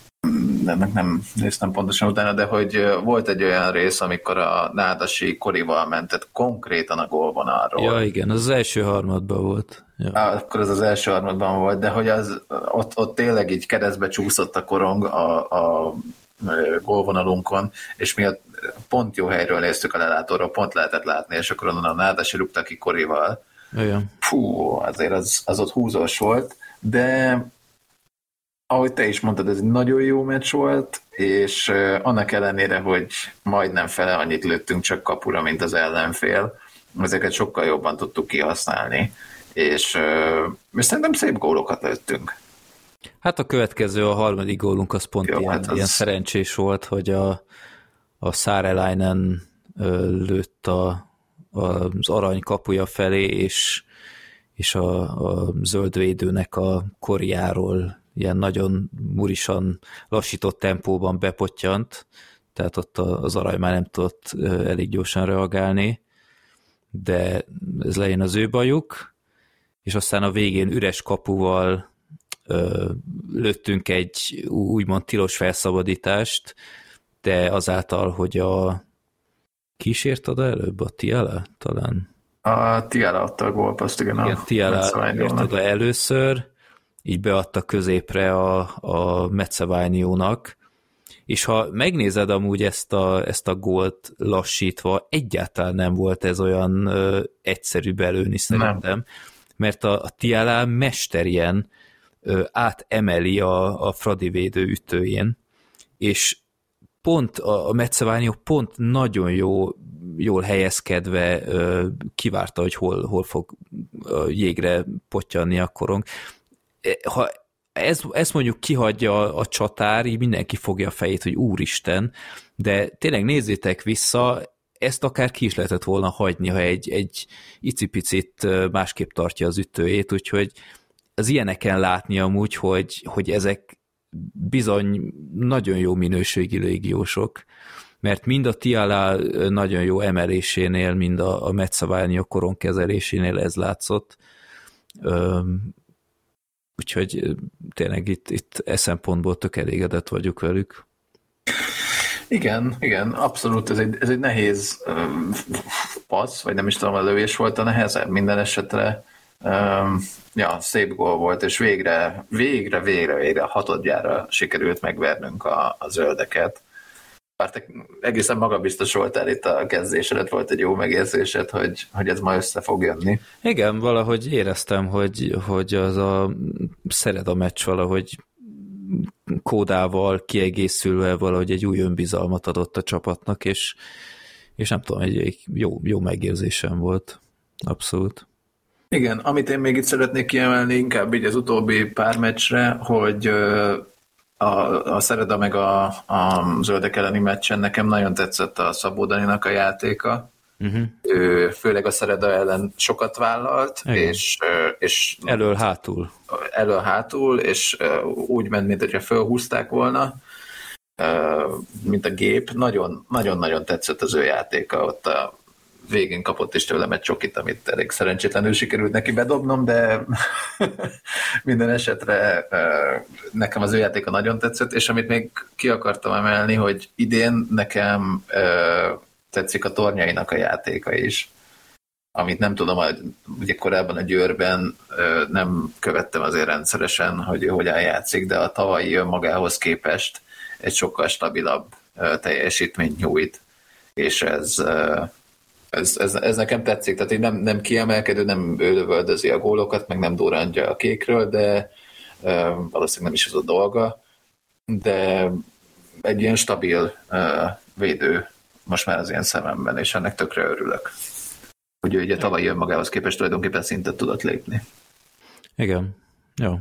ennek nem néztem pontosan utána, de hogy volt egy olyan rész, amikor a Nádasi Korival mentett konkrétan a gólvonalról. Ja, igen, az az első harmadban volt. Ja. Á, akkor az az első harmadban volt, de hogy az, ott, ott tényleg így keresztbe csúszott a korong a, a gólvonalunkon, és mi a pont jó helyről néztük a lelátóról, pont lehetett látni, és akkor onnan a Nádasi rúgta ki Korival. Igen. Fú, azért az, az ott húzós volt, de ahogy te is mondtad, ez egy nagyon jó meccs volt, és annak ellenére, hogy majdnem fele annyit lőttünk csak kapura, mint az ellenfél, ezeket sokkal jobban tudtuk kihasználni, és, és szerintem szép gólokat lőttünk. Hát a következő, a harmadik gólunk az pont jó, ilyen, hát az... ilyen szerencsés volt, hogy a, a Saarelainen lőtt a, a, az arany kapuja felé, és, és a, a zöldvédőnek a Koriáról ilyen nagyon murisan lassított tempóban bepottyant, tehát ott az arany már nem tudott elég gyorsan reagálni, de ez legyen az ő bajuk, és aztán a végén üres kapuval ö, lőttünk egy úgymond tilos felszabadítást, de azáltal, hogy a kísért oda előbb, a Tiala talán? A Tiala adta a gólpaszt, igen. Igen, Tiala ért oda először, így beadta középre a, a Metszevániónak, és ha megnézed amúgy ezt a, ezt a gólt lassítva, egyáltalán nem volt ez olyan ö, egyszerű belőni szerintem, nem. Mert a, a Tiala mesterien ö, átemeli a, a Fradi védő ütőjén, és pont a, a Metszevánió pont nagyon jó, jól helyezkedve ö, kivárta, hogy hol, hol fog a jégre pottyanni a korong. Ha ez, ezt mondjuk kihagyja a csatár, így mindenki fogja a fejét, hogy úristen, de tényleg nézzétek vissza, ezt akár ki is lehetett volna hagyni, ha egy, egy icipicit másképp tartja az ütőjét, úgyhogy az ilyeneken látni amúgy, hogy, hogy ezek bizony nagyon jó minőségi légiósok, mert mind a Tiala nagyon jó emelésénél, mind a, a Metszevánió korong kezelésénél ez látszott. Úgyhogy tényleg itt, itt e szempontból tök elégedett vagyok velük. Igen, igen, abszolút, ez egy, ez egy nehéz um, passz, vagy nem is tudom, a lövés volt a nehezebb, minden esetre um, ja, szép gól volt, és végre, végre, végre, végre hatodjára sikerült megvernünk a, a zöldeket. Bár te egészen magabiztos voltál itt a kezdésedet, volt egy jó megérzésed, hogy, hogy ez ma össze fog jönni. Igen, valahogy éreztem, hogy, hogy az a Szereda meccs valahogy kódával kiegészülve valahogy egy új önbizalmat adott a csapatnak, és, és nem tudom, egy, egy jó, jó megérzésem volt. Abszolút. Igen, amit én még itt szeretnék kiemelni, inkább így az utóbbi pár meccsre, hogy a, a Szereda meg a, a zöldek elleni meccsen nekem nagyon tetszett a Szabó Daninak a játéka. Uh-huh. Ő főleg a Szereda ellen sokat vállalt, és, és elől-hátul. Elől-hátul, és úgy ment, mint hogyha fölhúzták volna, mint a gép. Nagyon, nagyon-nagyon tetszett az ő játéka. Ott a végén kapott is tőlem egy csokit, amit elég szerencsétlenül sikerült neki bedobnom, de minden esetre nekem az ő játéka nagyon tetszett, és amit még ki akartam emelni, hogy idén nekem tetszik a Tornyainak a játéka is, amit nem tudom, ugye korábban a Győrben nem követtem azért rendszeresen, hogy ő hogyan játszik, de a tavalyi önmagához képest egy sokkal stabilabb teljesítményt nyújt, és ez, ez, ez, ez nekem tetszik, tehát így nem, nem kiemelkedő, nem ő lövöldözi a gólokat, meg nem durrantja a kékről, de valószínűleg nem is az a dolga, de egy ilyen stabil védő most már az ilyen szememben, és ennek tökre örülök. Hogy ő ugye tavaly önmagához képest tulajdonképpen szintet tudott lépni. Igen. Jó.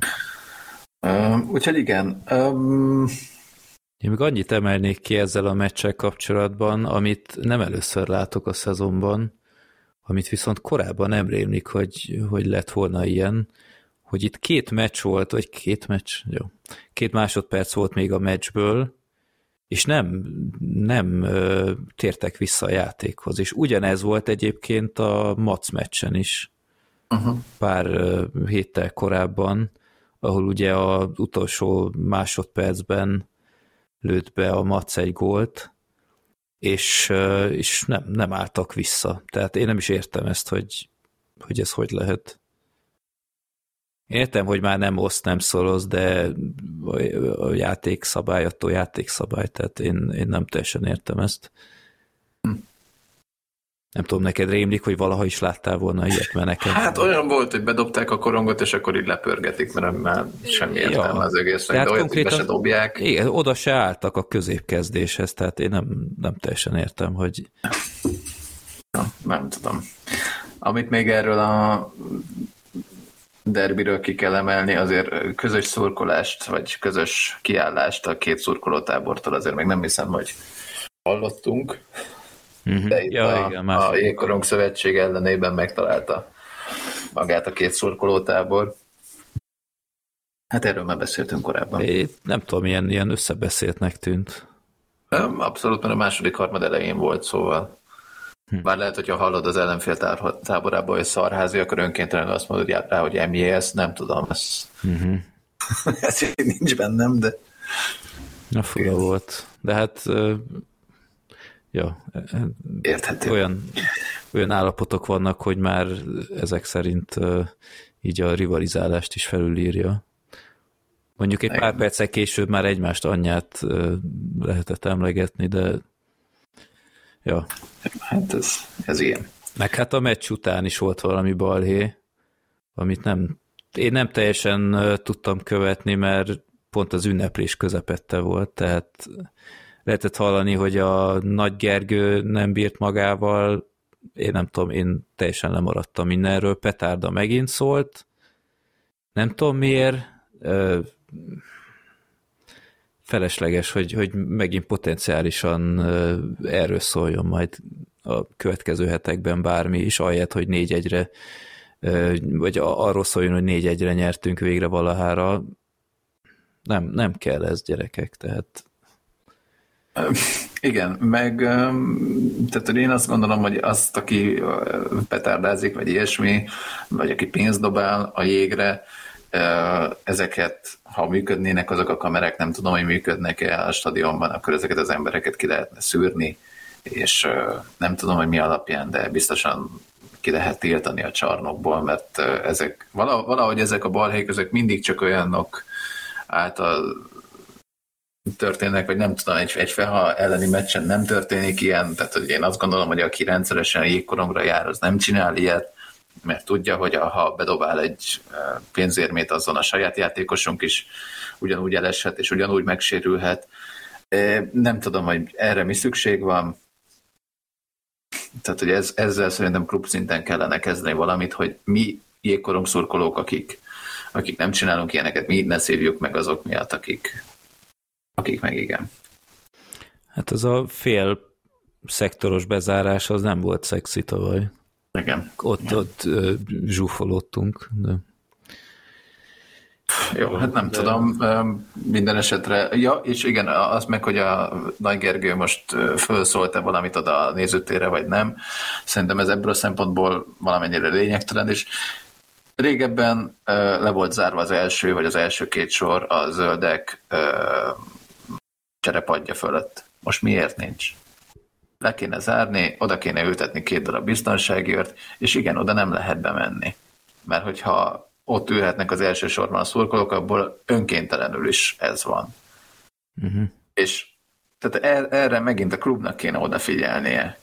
Uh, úgyhogy igen. Um... Én még annyit emelnék ki ezzel a meccsel kapcsolatban, amit nem először látok a szezonban, amit viszont korábban nem rémlik, hogy, hogy lett volna ilyen, hogy itt két meccs volt, vagy két meccs, jó, két másodperc volt még a meccsből, és nem, nem ö, tértek vissza a játékhoz. És ugyanez volt egyébként a Mac meccsen is, uh-huh. pár ö, héttel korábban, ahol ugye az utolsó másodpercben lőtt be a Mac egy gólt, és, ö, és nem, nem álltak vissza. Tehát én nem is értem ezt, hogy, hogy ez hogy lehet. Értem, hogy már nem oszt, nem szoloz, de a játékszabály, attól játékszabály, tehát én, én nem teljesen értem ezt. Hm. Nem tudom, neked rémlik, hogy valaha is láttál volna ilyet, mert nekem... Hát olyan volt, hogy bedobták a korongot, és akkor így lepörgetik, mert már semmi értelme ja. az egésznek, de olyat, hogy be se dobják. Igen, oda se álltak a középkezdéshez, tehát én nem, nem teljesen értem, hogy... Ja, nem tudom. Amit még erről a derbiről ki kell emelni, azért közös szurkolást, vagy közös kiállást a két szurkolótábortól azért még nem hiszem, hogy hallottunk. Mm-hmm. De itt ja, a, igen, a Jégkorong Szövetség ellenében megtalálta magát a két szurkolótábor. Hát erről már beszéltünk korábban. É, nem tudom, ilyen, ilyen összebeszéltnek tűnt. Abszolút, mert a második harmad elején volt, szóval bár lehet, hogyha hallod az ellenfél táborából, hogy szarházi, akkor önkéntelenül azt mondod rá, hogy em jé es, nem tudom, ez, uh-huh. ez nincs bennem, de... Na, fura volt. De hát, ja, érthető. Olyan, olyan állapotok vannak, hogy már ezek szerint így a rivalizálást is felülírja. Mondjuk egy pár perccel később már egymást anyját lehetett emlegetni, de ja. Hát ez, ez ilyen. Meg hát a meccs után is volt valami balhé, amit nem, én nem teljesen tudtam követni, mert pont az ünneplés közepette volt, tehát lehetett hallani, hogy a Nagy Gergő nem bírt magával, én nem tudom, én teljesen lemaradtam mindenről, petárda megint szólt, nem tudom miért, felesleges, hogy, hogy megint potenciálisan erről szóljon majd a következő hetekben bármi is, ahelyett, hogy négy egyre, vagy arról szóljon, hogy négy egyre nyertünk végre valahára. Nem, nem kell ez, gyerekek, tehát... Igen, meg tehát én azt gondolom, hogy azt, aki petárdázik, vagy ilyesmi, vagy aki pénzt dobál a jégre, ezeket, ha működnének azok a kamerák, nem tudom, hogy működnek-e a stadionban, akkor ezeket az embereket ki lehetne szűrni, és nem tudom, hogy mi alapján, de biztosan ki lehet tiltani a csarnokból, mert ezek, valahogy ezek a balhék, ezek mindig csak olyanok által történnek, vagy nem tudom, egy, egy Feha elleni meccsen nem történik ilyen, tehát hogy én azt gondolom, hogy aki rendszeresen a jégkorongra jár, az nem csinál ilyet, mert tudja, hogy ha bedobál egy pénzérmét, azon a saját játékosunk is ugyanúgy eleshet, és ugyanúgy megsérülhet. Nem tudom, hogy erre mi szükség van. Tehát, hogy ez, ezzel szerintem klubszinten kellene kezdeni valamit, hogy mi jégkorong szurkolók, akik, akik nem csinálunk ilyeneket, mi ne szívjuk meg azok miatt, akik, akik meg igen. Hát az a fél szektoros bezárás az nem volt szexi tavaly. Igen. Ott, igen. ott uh, zsúfolódtunk. De... Jó, hát nem de... tudom. Minden esetre. Ja, és igen, az meg, hogy a Nagy Gergő most felszólt-e valamit oda a nézőtérre, vagy nem. Szerintem ez ebből a szempontból valamennyire lényegtelen, és régebben le volt zárva az első, vagy az első két sor a zöldek cserepadja fölött. Most miért nincs? Le kéne zárni, oda kéne ültetni két darab biztonsági őrt, és igen, oda nem lehet bemenni. Mert hogyha ott ülhetnek az első sorban a szurkolók, abból önkéntelenül is ez van. Uh-huh. És tehát erre megint a klubnak kéne odafigyelnie.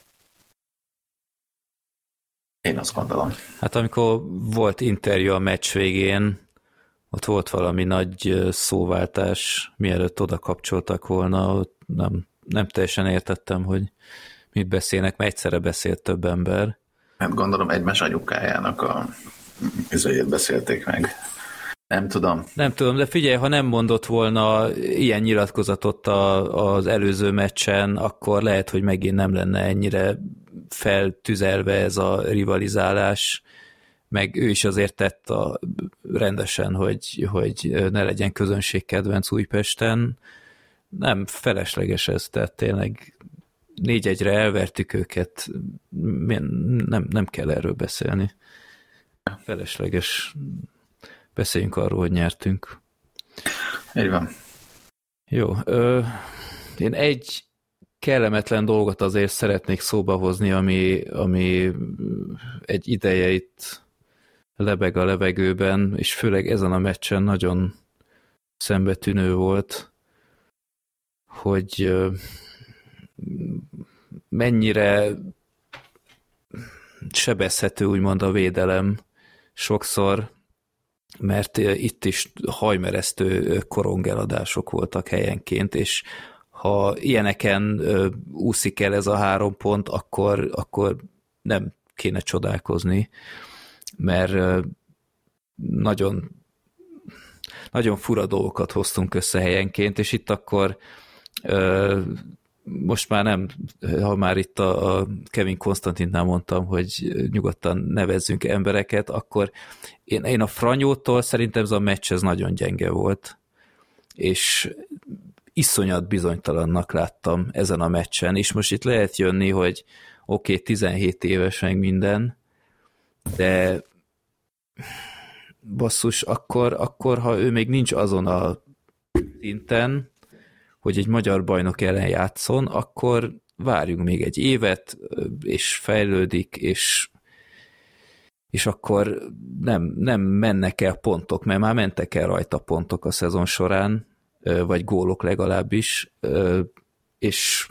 Én azt gondolom. Hát amikor volt interjú a meccs végén, ott volt valami nagy szóváltás, mielőtt oda kapcsoltak volna, ott nem, nem teljesen értettem, hogy mit beszélnek, mert egyszerre beszélt több ember. Hát gondolom egymás anyukájának a izőjét beszélték meg. Nem tudom. Nem tudom, de figyelj, ha nem mondott volna ilyen nyilatkozatot a, az előző meccsen, akkor lehet, hogy megint nem lenne ennyire feltüzelve ez a rivalizálás, meg ő is azért tett a, rendesen, hogy, hogy ne legyen közönségkedvenc Újpesten, nem felesleges ez, tehát tényleg négy egyre elvertük őket, nem, nem kell erről beszélni. Felesleges. Beszéljünk arról, hogy nyertünk. Így van. Jó. Ö, én egy kellemetlen dolgot azért szeretnék szóba hozni, ami, ami egy ideje itt lebeg a levegőben, és főleg ezen a meccsen nagyon szembetűnő volt, hogy mennyire sebezhető úgymond a védelem sokszor, mert itt is hajmeresztő korongeladások voltak helyenként, és ha ilyeneken úszik el ez a három pont, akkor, akkor nem kéne csodálkozni, mert nagyon, nagyon fura dolgokat hoztunk össze helyenként, és itt akkor most már nem, ha már itt a, a Kevin Konstantinnál mondtam, hogy nyugodtan nevezzünk embereket, akkor én, én a Franyótól szerintem ez a meccs ez nagyon gyenge volt, és iszonyat bizonytalannak láttam ezen a meccsen, és most itt lehet jönni, hogy oké, okay, tizenhét éves meg minden, de basszus, akkor, akkor, ha ő még nincs azon a szinten, hogy egy magyar bajnok ellen játszon, akkor várjunk még egy évet, és fejlődik, és, és akkor nem, nem mennek el pontok, mert már mentek el rajta pontok a szezon során, vagy gólok legalábbis, és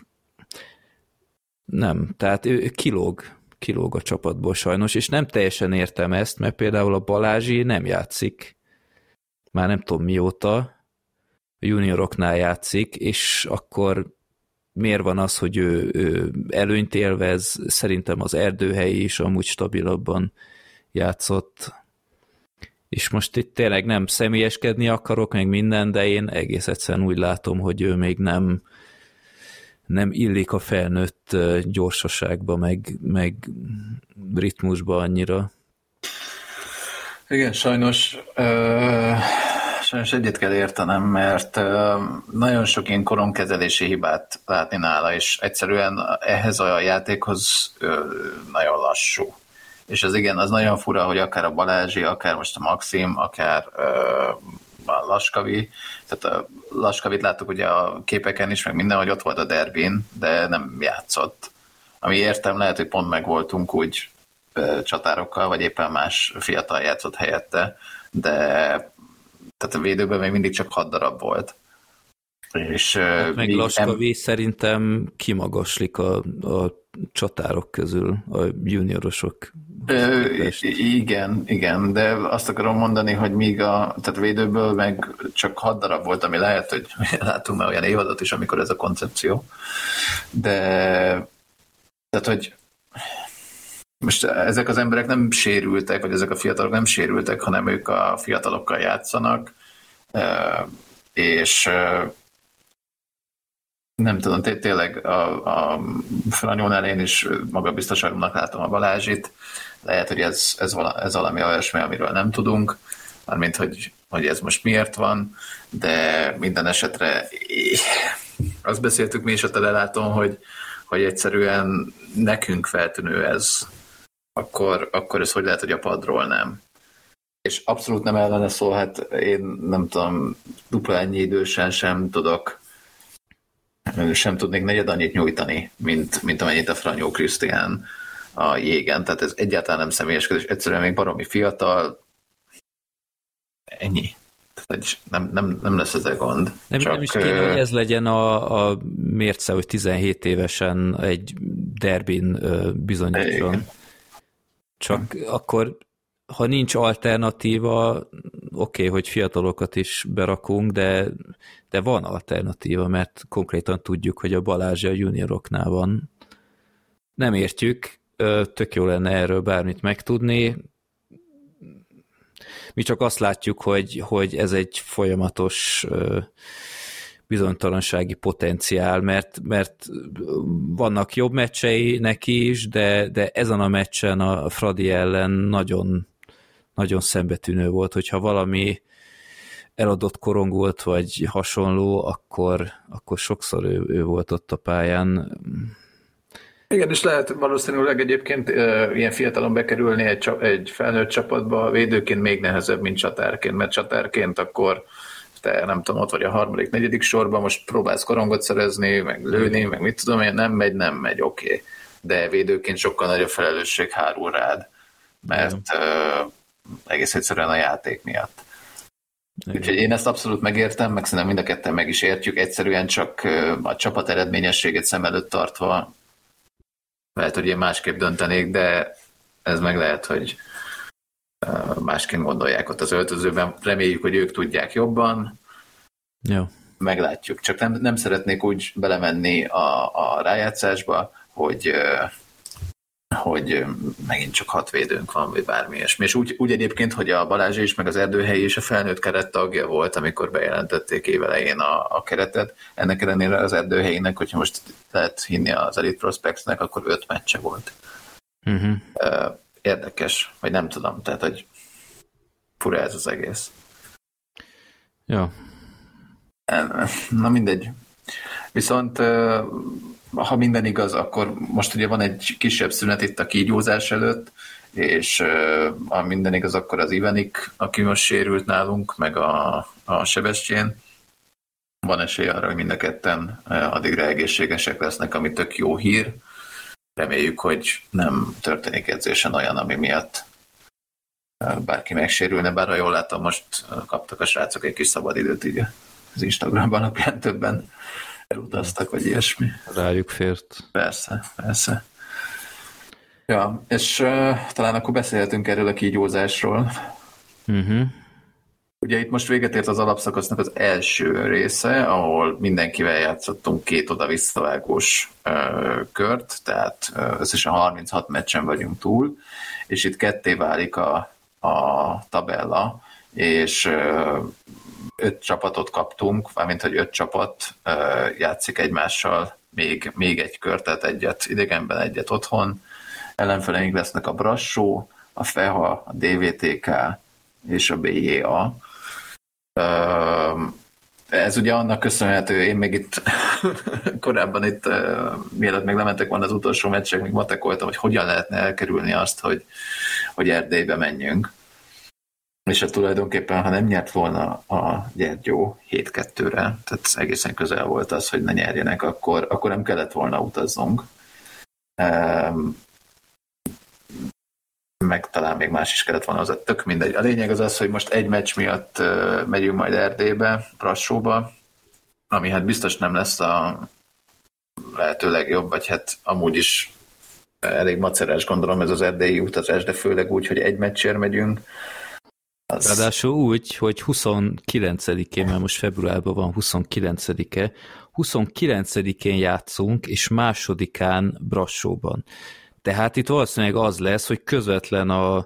nem, tehát ő kilóg, kilóg a csapatból sajnos, és nem teljesen értem ezt, mert például a Balázsi nem játszik, már nem tudom mióta, a junioroknál játszik, és akkor miért van az, hogy ő, ő előnyt élvez, szerintem az Erdőhelyi is amúgy stabilabban játszott, és most itt tényleg nem személyeskedni akarok, meg minden, de én egész egyszerűen úgy látom, hogy ő még nem, nem illik a felnőtt gyorsaságba, meg, meg ritmusba annyira. Igen, sajnos, ö, sajnos egyet kell értenem, mert ö, nagyon sok ilyen koronkezelési hibát látni nála, és egyszerűen ehhez a játékhoz ö, nagyon lassú. És az igen, az nagyon fura, hogy akár a Balázsi, akár most a Maxim, akár ö, a Laskavi, tehát a Laskavit láttuk ugye a képeken is, meg minden, hogy ott volt a derbin, de nem játszott. Ami értem, lehet, hogy pont meg voltunk úgy ö, csatárokkal, vagy éppen más fiatal játszott helyette, de tehát a védőben még mindig csak hat darab volt. És, hát meg Laskavi em... szerintem kimagaslik a, a csatárok közül, a juniorosok. Ö, igen, igen, de azt akarom mondani, hogy míg a tehát védőből meg csak hat darab volt, ami lehet, hogy látunk már olyan évadot is, amikor ez a koncepció. De tehát, hogy most ezek az emberek nem sérültek, vagy ezek a fiatalok nem sérültek, hanem ők a fiatalokkal játszanak, és nem tudom, tényleg a, a Franyónál én is magabiztosabbnak látom a Balázsit. Lehet, hogy ez, ez, vala, ez valami olyasmi, amiről nem tudunk, mármint, hogy, hogy ez most miért van, de minden esetre azt beszéltük mi is a teleláton, hogy, hogy egyszerűen nekünk feltűnő ez, akkor, akkor ez hogy lehet, hogy a padról nem. És abszolút nem ellene szól, hát én nem tudom, dupla ennyi idősen sem tudok sem tudnék negyed annyit nyújtani, mint, mint amennyit a Franyó Krisztián a jégen. Tehát ez egyáltalán nem személyeskedés, egyszerűen még baromi fiatal. Ennyi. Tehát nem, nem, nem lesz ez a gond. Nem, Csak, nem is kéne, hogy ez legyen a, a mérce, hogy tizenhét évesen egy derbin bizonyítson. Igen. Csak hmm. akkor, ha nincs alternatíva, oké, okay, hogy fiatalokat is berakunk, de, de van alternatíva, mert konkrétan tudjuk, hogy a Balázsi a junioroknál van. Nem értjük, tök jó lenne erről bármit megtudni. Mi csak azt látjuk, hogy, hogy ez egy folyamatos bizonytalansági potenciál, mert, mert vannak jobb meccsei neki is, de, de ezen a meccsen a Fradi ellen nagyon, nagyon szembetűnő volt, hogyha valami eladott korong volt, vagy hasonló, akkor, akkor sokszor ő, ő volt ott a pályán. Igen, és lehet valószínűleg egyébként e, ilyen fiatalon bekerülni egy, egy felnőtt csapatba védőként még nehezebb, mint csatárként, mert csatárként akkor te nem tudom, ott vagy a harmadik, negyedik sorban, most próbálsz korongot szerezni, meg lőni, meg mit tudom én, nem megy, nem megy, oké. Okay. De védőként sokkal nagyobb felelősség hárul rád, mert uh, egész egyszerűen a játék miatt. Igen. Úgyhogy én ezt abszolút megértem, meg szerintem mind a ketten meg is értjük, egyszerűen csak a csapat eredményességet szem előtt tartva lehet, hogy én másképp döntenék, de ez meg lehet, hogy másként gondolják ott az öltözőben. Reméljük, hogy ők tudják jobban. Ja. Meglátjuk. Csak nem, nem szeretnék úgy belemenni a, a rájátszásba, hogy, hogy megint csak hat védőnk van, vagy bármi ilyesmi. És úgy, úgy egyébként, hogy a Balázs is, meg az Erdőhelyi is a felnőtt keret tagja volt, amikor bejelentették évelején a, a keretet. Ennek ellenére az Erdőhelyinek, hogyha most lehet hinni az Elite Prospectsnek, akkor öt meccse volt. Uh-huh. Érdekes, vagy nem tudom, tehát, hogy fura ez az egész. Ja. Na mindegy. Viszont ha minden igaz, akkor most ugye van egy kisebb szünet itt a kígyózás előtt, és ha minden igaz, akkor az Ivanik, aki most sérült nálunk, meg a, a Sebestyén, van esély arra, hogy mind a ketten addigra egészségesek lesznek, ami tök jó hír. Reméljük, hogy nem történik edzésen olyan, ami miatt bárki megsérülne, bár ha jól látom, most kaptak a srácok egy kis szabadidőt így az Instagramban, napján többen elutaztak, vagy ilyesmi. Rájuk fért. Persze, persze. Ja, és uh, talán akkor beszélhetünk erről a kígyózásról. Uh-huh. Ugye itt most véget ért az alapszakasznak az első része, ahol mindenkivel játszottunk két oda-visszavágós uh, kört, tehát uh, összesen harminchat meccsen vagyunk túl, és itt ketté válik a, a tabella, és uh, öt csapatot kaptunk, mármint hogy öt csapat uh, játszik egymással még, még egy kört, tehát egyet idegenben, egyet otthon. Ellenfeleink lesznek a Brassó, a FEHA, a dé vé té ká és a bé jé á. Ez ugye annak köszönhető, én még itt korábban itt, mielőtt még lementek volna az utolsó meccsek, még matekoltam, hogy hogyan lehetne elkerülni azt, hogy, hogy Erdélybe menjünk. És hát tulajdonképpen, ha nem nyert volna a Gyergyó hét kettőre, tehát egészen közel volt az, hogy ne nyerjenek, akkor, akkor nem kellett volna utaznunk. Meg talán még más is kellett volna, az tök mindegy. A lényeg az az, hogy most egy meccs miatt megyünk majd Erdélybe, Brassóba, ami hát biztos nem lesz a lehető legjobb, vagy hát amúgy is elég macerás, gondolom ez az erdélyi utazás, de főleg úgy, hogy egy meccsért megyünk. Az... Ráadásul úgy, hogy huszonkilencedikén, mert most februárban van huszonkilencedike, huszonkilencedikén játszunk, és másodikán Brassóban. Tehát itt valószínűleg az lesz, hogy közvetlen a,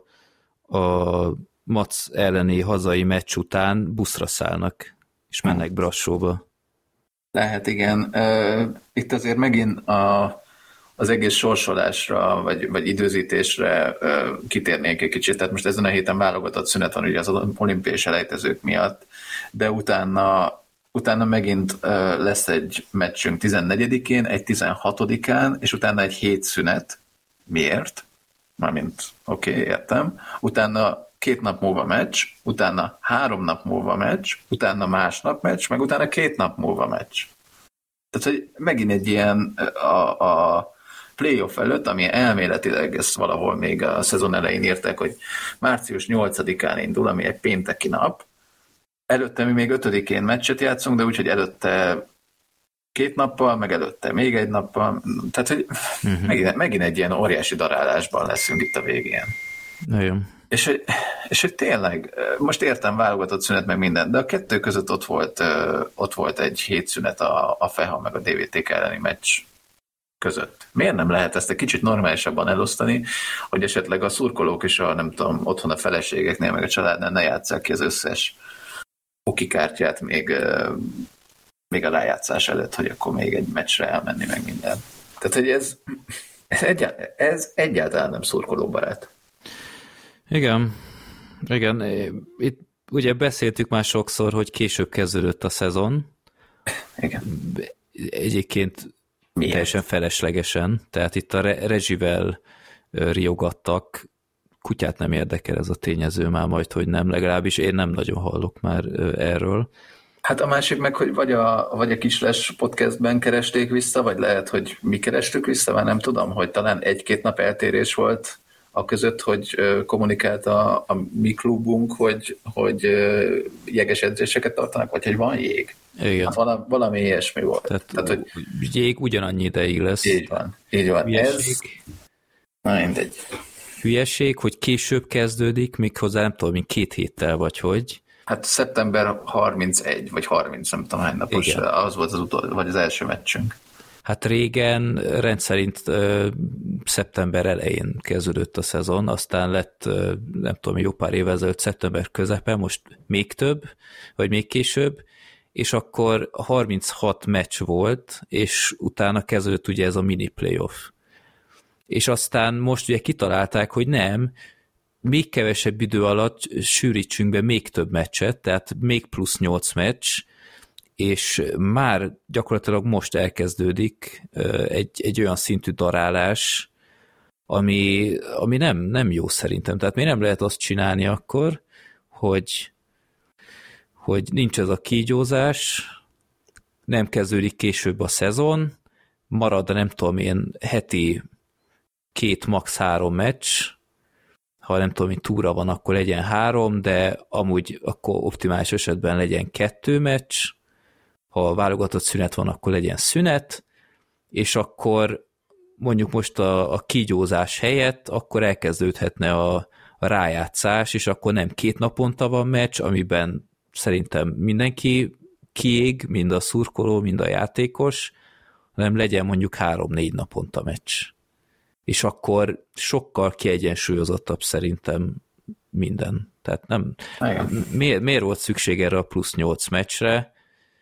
a Mac elleni hazai meccs után buszra szállnak, és mennek Brassóba. Lehet, igen. Itt azért megint a, az egész sorsolásra, vagy, vagy időzítésre kitérnék egy kicsit. Tehát most ezen a héten válogatott szünet van ugye az olimpiai selejtezők miatt, de utána Utána megint lesz egy meccsünk tizennegyedikén, egy tizenhatodikán, és utána egy hét szünet. Miért? Mármint, oké, okay, értem. Utána két nap múlva meccs, utána három nap múlva meccs, utána másnap meccs, meg utána két nap múlva meccs. Tehát, hogy megint egy ilyen a, a playoff előtt, ami elméletileg ezt valahol még a szezon elején írták, hogy március nyolcadikán indul, ami egy pénteki nap. Előtte mi még ötödikén meccset játszunk, de úgyhogy előtte két nappal, meg előtte még egy nappal. Tehát, hogy uh-huh. megint, megint egy ilyen óriási darálásban leszünk itt a végén. Nagyon. És hogy, és hogy tényleg, most értem, válogatott szünet meg minden, de a kettő között ott volt, ott volt egy hétszünet a, a FEHA meg a dé vé té ká elleni meccs között. Miért nem lehet ezt egy kicsit normálisabban elosztani, hogy esetleg a szurkolók is a, nem tudom, otthon a feleségeknél, meg a családnál ne játsszák ki az összes okikártyát még, még a rájátszás előtt, hogy akkor még egy meccsre elmenni, meg minden. Tehát, hogy ez, ez, egyáltalán, ez egyáltalán nem szurkolóbarát. Igen, igen. Itt ugye beszéltük már sokszor, hogy később kezdődött a szezon. Igen. Egyébként Miért? Teljesen feleslegesen, tehát itt a re- rezsivel riogattak, kutyát nem érdekel ez a tényező már majd, hogy nem, legalábbis én nem nagyon hallok már erről. Hát a másik meg, hogy vagy a, vagy a Kisles podcastben keresték vissza, vagy lehet, hogy mi kerestük vissza, már nem tudom, hogy talán egy-két nap eltérés volt a között, hogy kommunikált a, a mi klubunk, hogy, hogy jeges edzéseket tartanak, vagy hogy van jég. Igen. Hát valami, valami ilyesmi volt. Tehát, Tehát hogy jég ugyanannyi ideig lesz. Így van. Így van. Hülyeség. Ez... Na mindegy. Hülyeség, hogy később kezdődik, méghozzá nem tudom, mint két héttel, vagy hogy. Hát szeptember harmincegy, vagy harminc, nem tudom hány napos, igen. Az volt az utol, vagy az első meccsünk. Hát régen rendszerint ö, szeptember elején kezdődött a szezon, aztán lett, ö, nem tudom, jó pár évvel ezelőtt szeptember közepe, most még több, vagy még később, és akkor harminchat meccs volt, és utána kezdődött ugye ez a mini playoff. És aztán most ugye kitalálták, hogy nem, még kevesebb idő alatt sűrítsünk be még több meccset, tehát még plusz nyolc meccs, és már gyakorlatilag most elkezdődik egy, egy olyan szintű darálás, ami, ami nem, nem jó szerintem. Tehát miért nem lehet azt csinálni akkor, hogy, hogy nincs ez a kígyózás, nem kezdődik később a szezon, marad, nem tudom én, heti két, max. három meccs, ha nem tudom, hogy túra van, akkor legyen három, de amúgy akkor optimális esetben legyen kettő meccs, ha válogatott szünet van, akkor legyen szünet, és akkor mondjuk most a, a kígyózás helyett, akkor elkezdődhetne a, a rájátszás, és akkor nem két naponta van meccs, amiben szerintem mindenki kiég, mind a szurkoló, mind a játékos, hanem legyen mondjuk három-négy naponta meccs. És akkor sokkal kiegyensúlyozottabb szerintem minden. Tehát nem... Miért, miért volt szükség erre a plusz nyolc meccsre?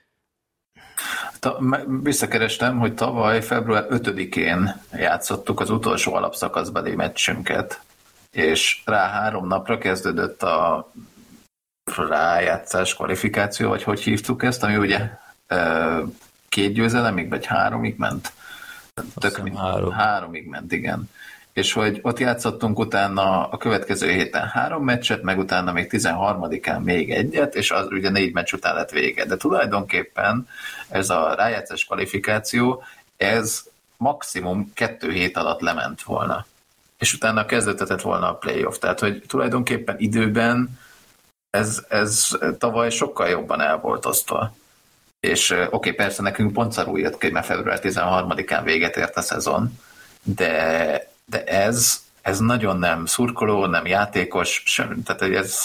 Visszakerestem, hogy tavaly február ötödikén játszottuk az utolsó alapszakaszbeli meccsünket, és rá három napra kezdődött a rájátszás kvalifikáció, vagy hogy hívtuk ezt, ami ugye két győzelemig, vagy háromig ment. Tök, három. Háromig ment, igen. És hogy ott játszottunk utána a következő héten három meccset, meg utána még tizenharmadikán még egyet, és az ugye négy meccs után lett vége. De tulajdonképpen ez a rájátszás kvalifikáció, ez maximum kettő hét alatt lement volna. És utána kezdődhetett volna a playoff. Tehát, hogy tulajdonképpen időben ez, ez tavaly sokkal jobban el volt osztva. És oké, okay, persze nekünk pont szarul jött ki, mert február tizenharmadikán véget ért a szezon, de, de ez, ez nagyon nem szurkoló, nem játékos, sem, tehát ez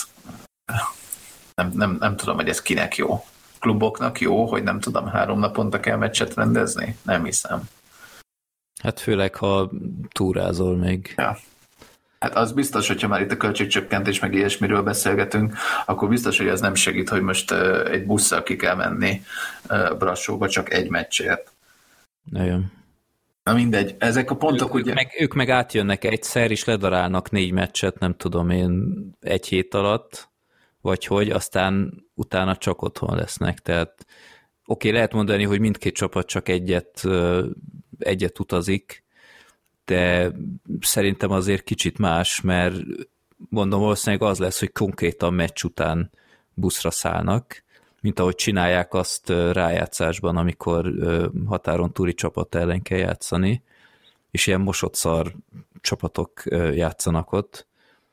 nem, nem, nem tudom, hogy ez kinek jó. Kluboknak jó, hogy nem tudom, három naponta kell meccset rendezni? Nem hiszem. Hát főleg, ha túrázol még. Ja. Hát az biztos, hogyha már itt a költségcsökkentés meg ilyesmiről beszélgetünk, akkor biztos, hogy az nem segít, hogy most uh, egy busszal ki kell menni uh, Brassóba csak egy meccsért. Nagyon. Na mindegy, ezek a pontok ő, ugye... Ők meg, ők meg átjönnek egyszer, és ledarálnak négy meccset, nem tudom én, egy hét alatt, vagy hogy, aztán utána csak otthon lesznek. Tehát oké, okay, lehet mondani, hogy mindkét csapat csak egyet, uh, egyet utazik, de szerintem azért kicsit más, mert mondom, valószínűleg az lesz, hogy konkrétan meccs után buszra szállnak, mint ahogy csinálják azt rájátszásban, amikor határon túli csapat ellen kell játszani, és ilyen mosodszar csapatok játszanak ott.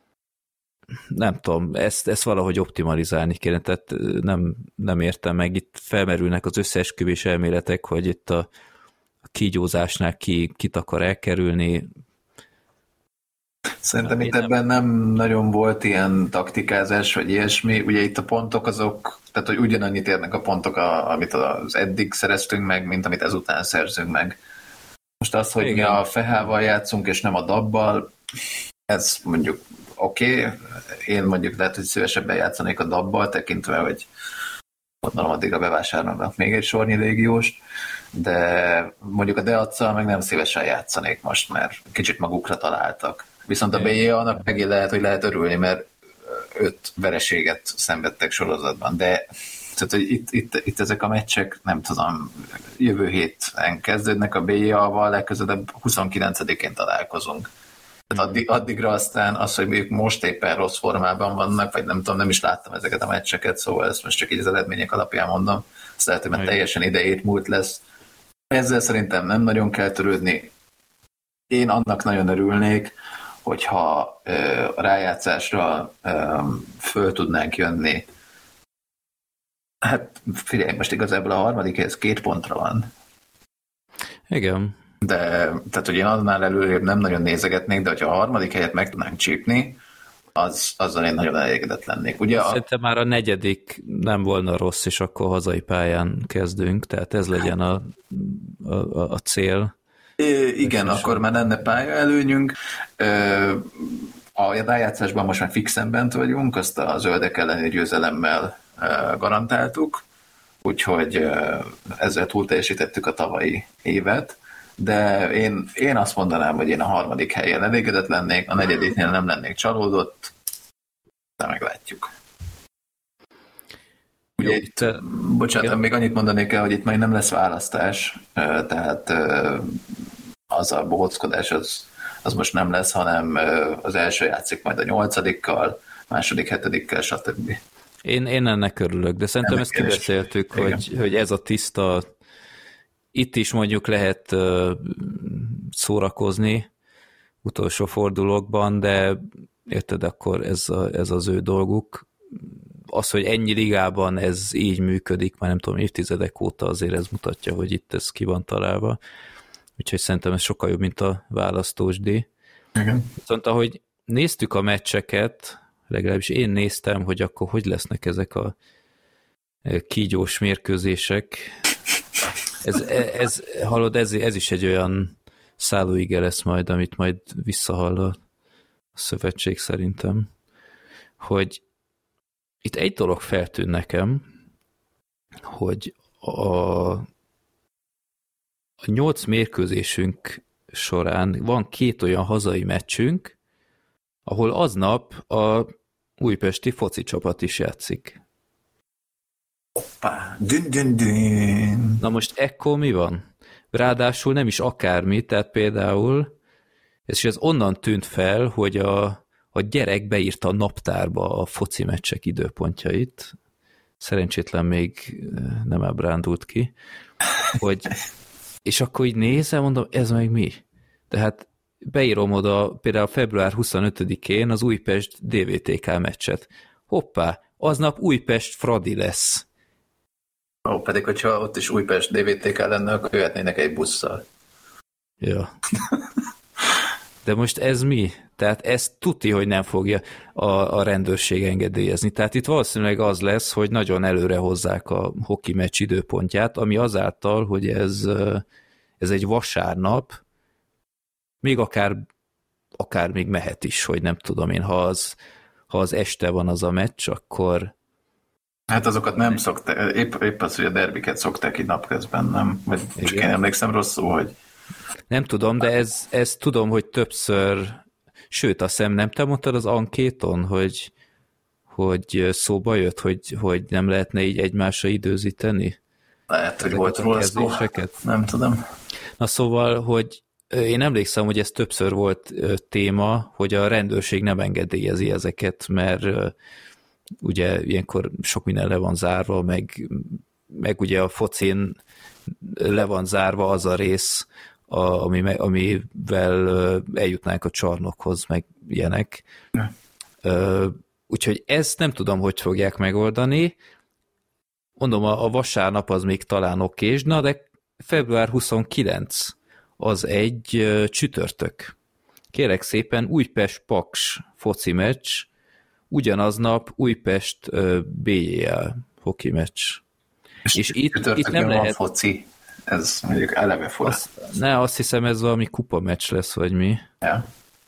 Nem tudom, ezt, ezt valahogy optimalizálni kéne, tehát nem, nem értem meg, itt felmerülnek az összeesküvés elméletek, hogy itt a a kígyózásnál ki, kit akar elkerülni. Szerintem itt ebben nem nagyon volt ilyen taktikázás, vagy ilyesmi. Ugye itt a pontok azok, tehát hogy ugyanannyit érnek a pontok, a, amit az eddig szereztünk meg, mint amit ezután szerzünk meg. Most az, hogy igen, mi a Fehával játszunk, és nem a dabbal, ez mondjuk oké. Okay. Én mondjuk lehet, hogy szívesebben játszanék a dabbal, tekintve, hogy gondolom addig a bevásárolnak még egy sornyi légióst, de mondjuk a Deac-szal meg nem szívesen játszanék most, mert kicsit magukra találtak. Viszont a bé jé á-nak megint lehet, hogy lehet örülni, mert öt vereséget szenvedtek sorozatban, de tehát, hogy itt, itt, itt ezek a meccsek, nem tudom, jövő héten kezdődnek a bé á-val, legközelebb huszonkilencedikén találkozunk. Tehát addig, addigra aztán az, hogy ők most éppen rossz formában vannak, vagy nem tudom, nem is láttam ezeket a meccseket, szóval ezt most csak így az eredmények alapján mondom, azt lehet, hogy már teljesen idejét múlt lesz. Ezzel szerintem nem nagyon kell törődni. Én annak nagyon örülnék, hogyha ö, a rájátszásra ö, föl tudnánk jönni. Hát figyelj, most igazából a harmadik ez két pontra van. Igen. De, tehát, hogy én annál előrébb nem nagyon nézegetnék, de hogyha a harmadik helyet meg tudnánk csípni, az, azzal én nagyon elégedett lennék. Ugye Szerintem a... már a negyedik nem volna rossz, és akkor hazai pályán kezdünk, tehát ez legyen a, a, a cél. É, igen, és akkor már lenne pálya előnyünk. A rájátszásban most már fixen bent vagyunk, azt a zöldek elleni győzelemmel garantáltuk, úgyhogy ezzel túl teljesítettük a tavalyi évet, de én, én azt mondanám, hogy én a harmadik helyen elégedett lennék, a negyediknél nem lennék csalódott, de meglátjuk. Ugye itt, te... bocsánat, igen. Még annyit mondanék el, hogy itt majd nem lesz választás, tehát az a bohóckodás az, az most nem lesz, hanem az első játszik majd a nyolcadikkal, második, hetedikkel, stb. Én, én ennek örülök, de szerintem ennek ezt kibeszéltük, hogy, hogy ez a tiszta, itt is mondjuk lehet szórakozni utolsó fordulókban, de érted, akkor ez, a, ez az ő dolguk. Az, hogy ennyi ligában ez így működik, már nem tudom, évtizedek óta azért ez mutatja, hogy itt ez ki van találva. Úgyhogy szerintem ez sokkal jobb, mint a választósdíj. Igen. Viszont ahogy néztük a meccseket, legalábbis én néztem, hogy akkor hogy lesznek ezek a kígyós mérkőzések. Ez, ez, hallod, ez, ez is egy olyan szállóige lesz majd, amit majd visszahall a szövetség szerintem, hogy itt egy dolog feltűn nekem, hogy a, a nyolc mérkőzésünk során van két olyan hazai meccsünk, ahol aznap a újpesti foci csapat is játszik. Hoppá, dün, dün, dün. Na most ekkor mi van? Ráadásul nem is akármi, tehát például és ez onnan tűnt fel, hogy a, a gyerek beírta a naptárba a foci meccsek időpontjait. Szerencsétlen még nem ábrándult ki. Hogy, és akkor így nézem, mondom, ez meg mi? Tehát beírom oda például február huszonötödikén az Újpest dé vé té ká meccset. Hoppá, aznap Újpest Fradi lesz. Ó, pedig, hogyha ott is Újpest dé vé té ká lenne, akkor jöhetnének egy busszal. Ja. De most ez mi? Tehát ez tuti, hogy nem fogja a, a rendőrség engedélyezni. Tehát itt valószínűleg az lesz, hogy nagyon előre hozzák a hoki meccs időpontját, ami azáltal, hogy ez, ez egy vasárnap, még akár, akár még mehet is, hogy nem tudom én, ha az, ha az este van az a meccs, akkor... Hát azokat nem szokták, épp, épp az, hogy a derbiket szokták így napközben, nem? Vagy most én emlékszem rosszul, hogy... Nem tudom, de ez, ez tudom, hogy többször, sőt, azt hiszem, nem te mondtad az ankéton, hogy, hogy szóba jött, hogy, hogy nem lehetne így egymásra időzíteni? Lehet, hogy volt róla szó. Nem tudom. Na szóval, hogy én emlékszem, hogy ez többször volt téma, hogy a rendőrség nem engedélyezi ezeket, mert ugye ilyenkor sok minden le van zárva, meg, meg ugye a focin le van zárva az a rész, a, ami, amivel eljutnánk a csarnokhoz, meg ilyenek. Ja. Úgyhogy ezt nem tudom, hogy fogják megoldani. Mondom, a, a vasárnap az még talán okés, na de február huszonkilencedike az egy csütörtök. Kérek szépen, Újpest-Paks foci meccs, ugyanaznap Újpest bé jé el hoki meccs. És, és itt, itt nem lehet... foci. Ez mondjuk eleve foci. Azt, ne, azt hiszem ez valami kupa meccs lesz, vagy mi. Ja.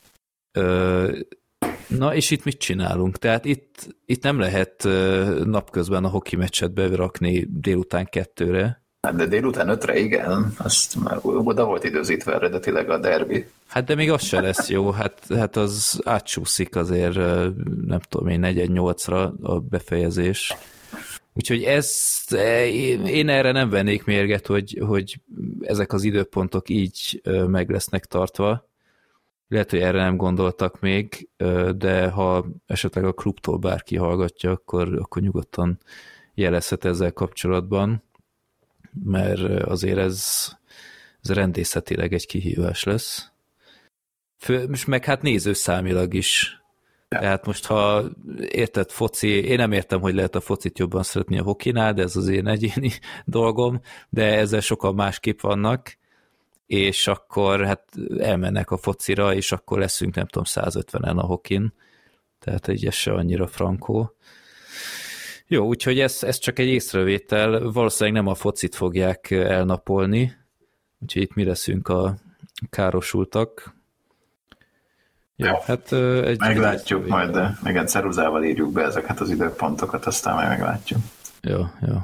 Ö, na, és itt mit csinálunk? Tehát itt, itt nem lehet napközben a hoki meccset berakni délután kettőre, De délután ötre, igen, azt már oda volt időzítve eredetileg a derbi. Hát de még az se lesz jó, hát, hát az átsúszik azért, nem tudom én, negyven nyolcra a befejezés. Úgyhogy ezt, én erre nem vennék mérget, hogy, hogy ezek az időpontok így meg lesznek tartva. Lehet, hogy erre nem gondoltak még, de ha esetleg a klubtól bárki hallgatja, akkor, akkor nyugodtan jelezhet ezzel kapcsolatban, mert azért ez, ez rendészetileg egy kihívás lesz. Fő, most meg hát nézőszámilag is. Ja. Tehát most, ha érted foci, én nem értem, hogy lehet a focit jobban szeretni a hokinál, de ez az én egyéni dolgom, de ezzel sokan másképp vannak, és akkor hát elmennek a focira, és akkor leszünk, nem tudom, százötvenen a hokin, tehát így ez se annyira frankó. Jó, úgyhogy ez, ez csak egy észrevétel, valószínűleg nem a focit fogják elnapolni, úgyhogy itt mi leszünk a károsultak. Jó, Jó. hát egy meglátjuk majd, de igen, ceruzával írjuk be ezeket az időpontokat, aztán majd meglátjuk. Jó, jó.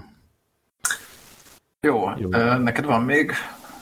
Jó, jó. Neked van még?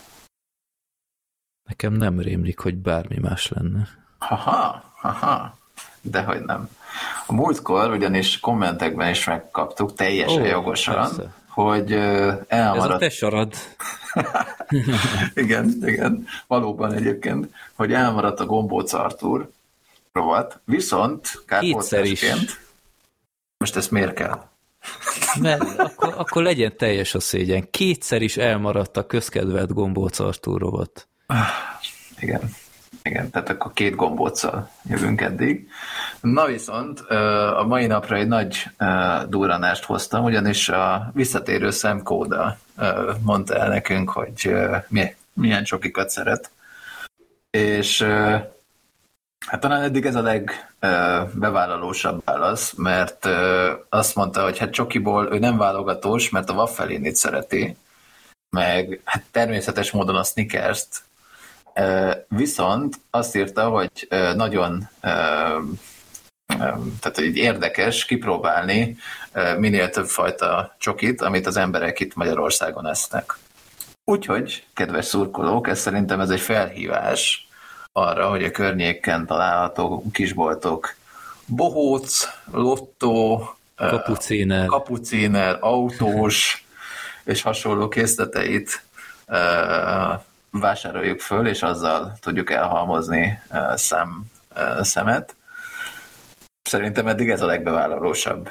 Nekem nem rémlik, hogy bármi más lenne. Haha, haha, dehogy nem. A múltkor ugyanis kommentekben is megkaptuk, teljesen oh, jogosan, persze. Hogy elmaradt... Ez a te sarad. igen, igen, valóban egyébként, hogy elmaradt a Gombóc Artúr rovat, viszont kárpótlásként, most ezt miért kell? Mert akkor, akkor legyen teljes a szégyen. Kétszer is elmaradt a közkedvelt Gombóc Artúr rovat. Igen. Igen, tehát akkor két gombóccal jövünk eddig. Na viszont a mai napra egy nagy durranást hoztam, ugyanis a visszatérő Sam Koda mondta el nekünk, hogy milyen csokikat szeret. És hát talán eddig ez a legbevállalósabb válasz, mert azt mondta, hogy hát csokiból ő nem válogatós, mert a Waffelinit szereti, meg hát természetes módon a Snickerst. Viszont azt írta, hogy nagyon tehát így érdekes kipróbálni minél több fajta csokit, amit az emberek itt Magyarországon esznek. Úgyhogy, kedves szurkolók, ez szerintem ez egy felhívás arra, hogy a környéken található kisboltok bohóc, lottó, kapuciner, kapuciner autós és hasonló készleteit vásároljuk föl, és azzal tudjuk elhalmozni szem, szemet. Szerintem eddig ez a legbevállalósabb.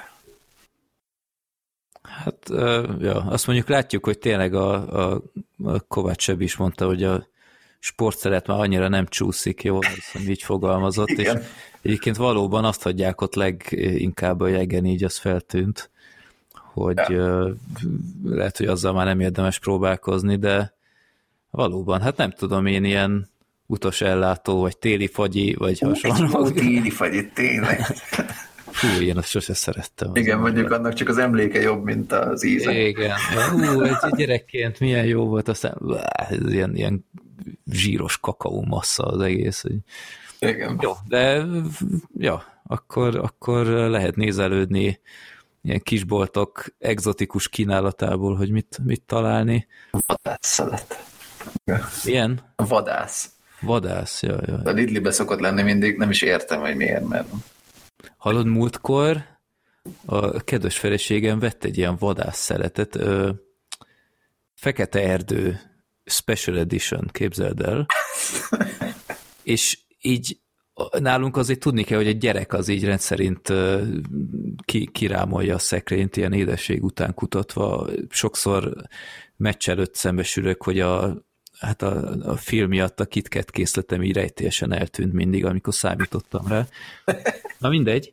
Hát, ja, azt mondjuk látjuk, hogy tényleg a, a, a Kovács Sebi is mondta, hogy a sportszeret már annyira nem csúszik, jó, azt így fogalmazott, igen. És egyébként valóban azt hagyják ott leginkább a jegen, így az feltűnt, hogy ja. Lehet, hogy azzal már nem érdemes próbálkozni, de valóban, hát nem tudom, én ilyen utas ellátó, vagy téli fagyi, vagy hasonló. Ó, téli fagyi, tényleg. Fú, én azt sose szerettem. Igen, mondjuk annak csak az emléke jobb, mint az íze. Igen. Hú, egy gyerekként milyen jó volt, aztán ez ilyen, ilyen zsíros kakaó massza az egész. Hogy... Igen. Jó, de ja, akkor, akkor lehet nézelődni ilyen kisboltok egzotikus kínálatából, hogy mit, mit találni. Vadász szelet. Ilyen? Vadász. Vadász, jaj, jaj. A Lidlibe szokott lenni mindig, nem is értem, hogy miért, mert... Hallod, múltkor a kedves feleségem vett egy ilyen vadász szeletet, ö, Fekete Erdő Special Edition, képzeld el, és így nálunk azért tudni kell, hogy egy gyerek az így rendszerint ki, kirámolja a szekrényt, ilyen édesség után kutatva. Sokszor meccs előtt szembesülök, hogy a, hát a, a film miatt a KitKat készletem így rejtélyesen eltűnt mindig, amikor számítottam rá. Na mindegy.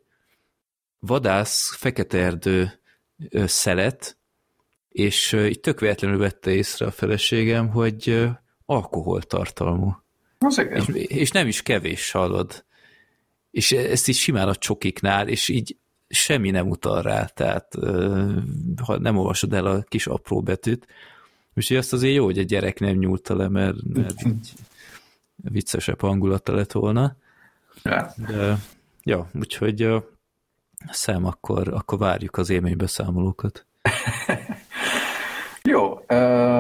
Vadász Fekete Erdő szelet, és így tök véletlenül vette észre a feleségem, hogy alkoholtartalmú. És, és nem is kevés, hallod. És ezt is simán a csokiknál, és így semmi nem utal rá, tehát ha nem olvasod el a kis apró betűt, úgyhogy azt azért jó, hogy a gyerek nem nyúlta le, mert, mert így viccesebb hangulata lett volna. De, ja, úgyhogy szem, akkor, akkor várjuk az élménybeszámolókat. Jó, uh...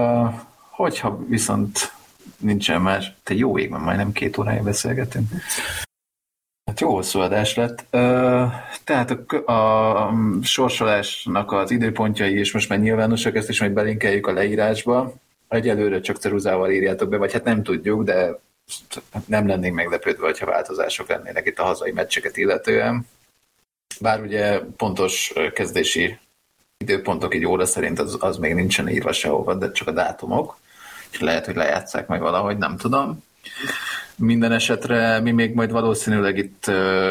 hogyha viszont nincsen más, te jó égben, majdnem két órája beszélgetünk. Hát jó hosszú adás lett. Tehát a, a sorsolásnak az időpontjai is most már nyilvánosak, ezt is majd belinkeljük a leírásba. Egyelőre csak ceruzával írjátok be, vagy hát nem tudjuk, de nem lennénk meglepődve, hogyha változások lennének itt a hazai meccseket illetően. Bár ugye pontos kezdési időpontok így óra szerint az, az még nincsen írva sehova, de csak a dátumok. Lehet, hogy lejátsszák meg valahogy, nem tudom. Minden esetre mi még majd valószínűleg itt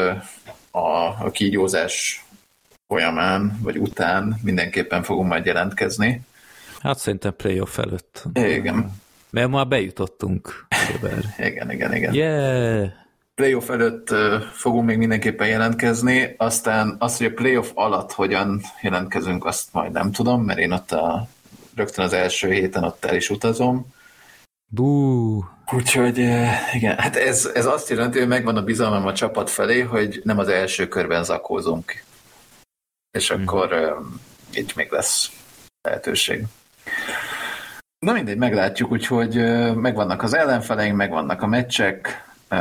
a, a kígyózás folyamán, vagy után mindenképpen fogunk majd jelentkezni. Hát szerintem playoff előtt. Igen. Mert már bejutottunk. igen, igen, igen. Yeah! Playoff előtt fogunk még mindenképpen jelentkezni, aztán azt, hogy a playoff alatt hogyan jelentkezünk, azt majd nem tudom, mert én ott a, rögtön az első héten ott el is utazom. Bú! Úgyhogy igen, hát ez, ez azt jelenti, hogy megvan a bizalmam a csapat felé, hogy nem az első körben zakózunk. És hmm. akkor uh, itt még lesz lehetőség. Na mindegy, meglátjuk, úgyhogy uh, megvannak az ellenfeleink, megvannak a meccsek. Uh,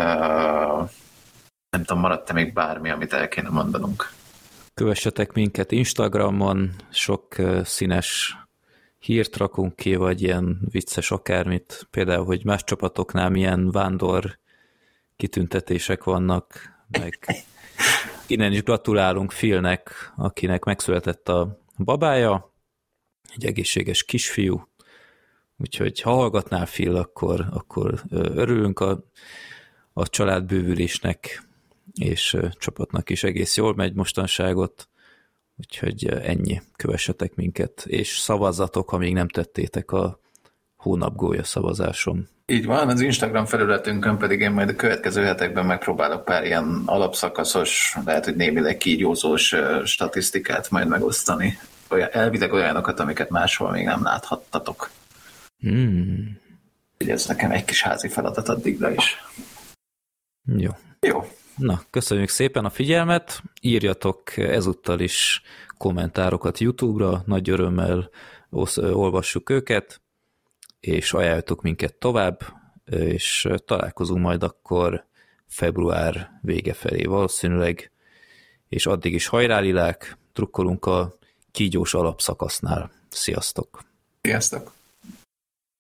nem tudom, maradt-e még bármi, amit el kéne mondanunk? Kövessetek minket Instagramon, sok uh, színes hírt rakunk ki, vagy ilyen vicces akármit, például, hogy más csapatoknál milyen vándor kitüntetések vannak, meg innen is gratulálunk Philnek, akinek megszületett a babája, egy egészséges kisfiú, úgyhogy ha hallgatnál Phil, akkor, akkor örülünk a, a családbővülésnek, és csapatnak is egész jól megy mostanságot. Úgyhogy ennyi, kövessetek minket, és szavazzatok, ha még nem tettétek a hónap gólya szavazáson. Így van, az Instagram felületünkön pedig én majd a következő hetekben megpróbálok pár ilyen alapszakaszos, lehet, hogy némileg kígyózós statisztikát majd megosztani. Olyan, elvileg olyanokat, amiket máshol még nem láthattatok. Hmm. Ugye ez nekem egy kis házi feladat addigra is. Jó. Jó. Na, köszönjük szépen a figyelmet, írjatok ezúttal is kommentárokat YouTube-ra, nagy örömmel olvassuk őket, és ajánljatok minket tovább, és találkozunk majd akkor február vége felé valószínűleg, és addig is hajrá lilák, drukkolunk a kígyós alapszakasznál. Sziasztok! Sziasztok!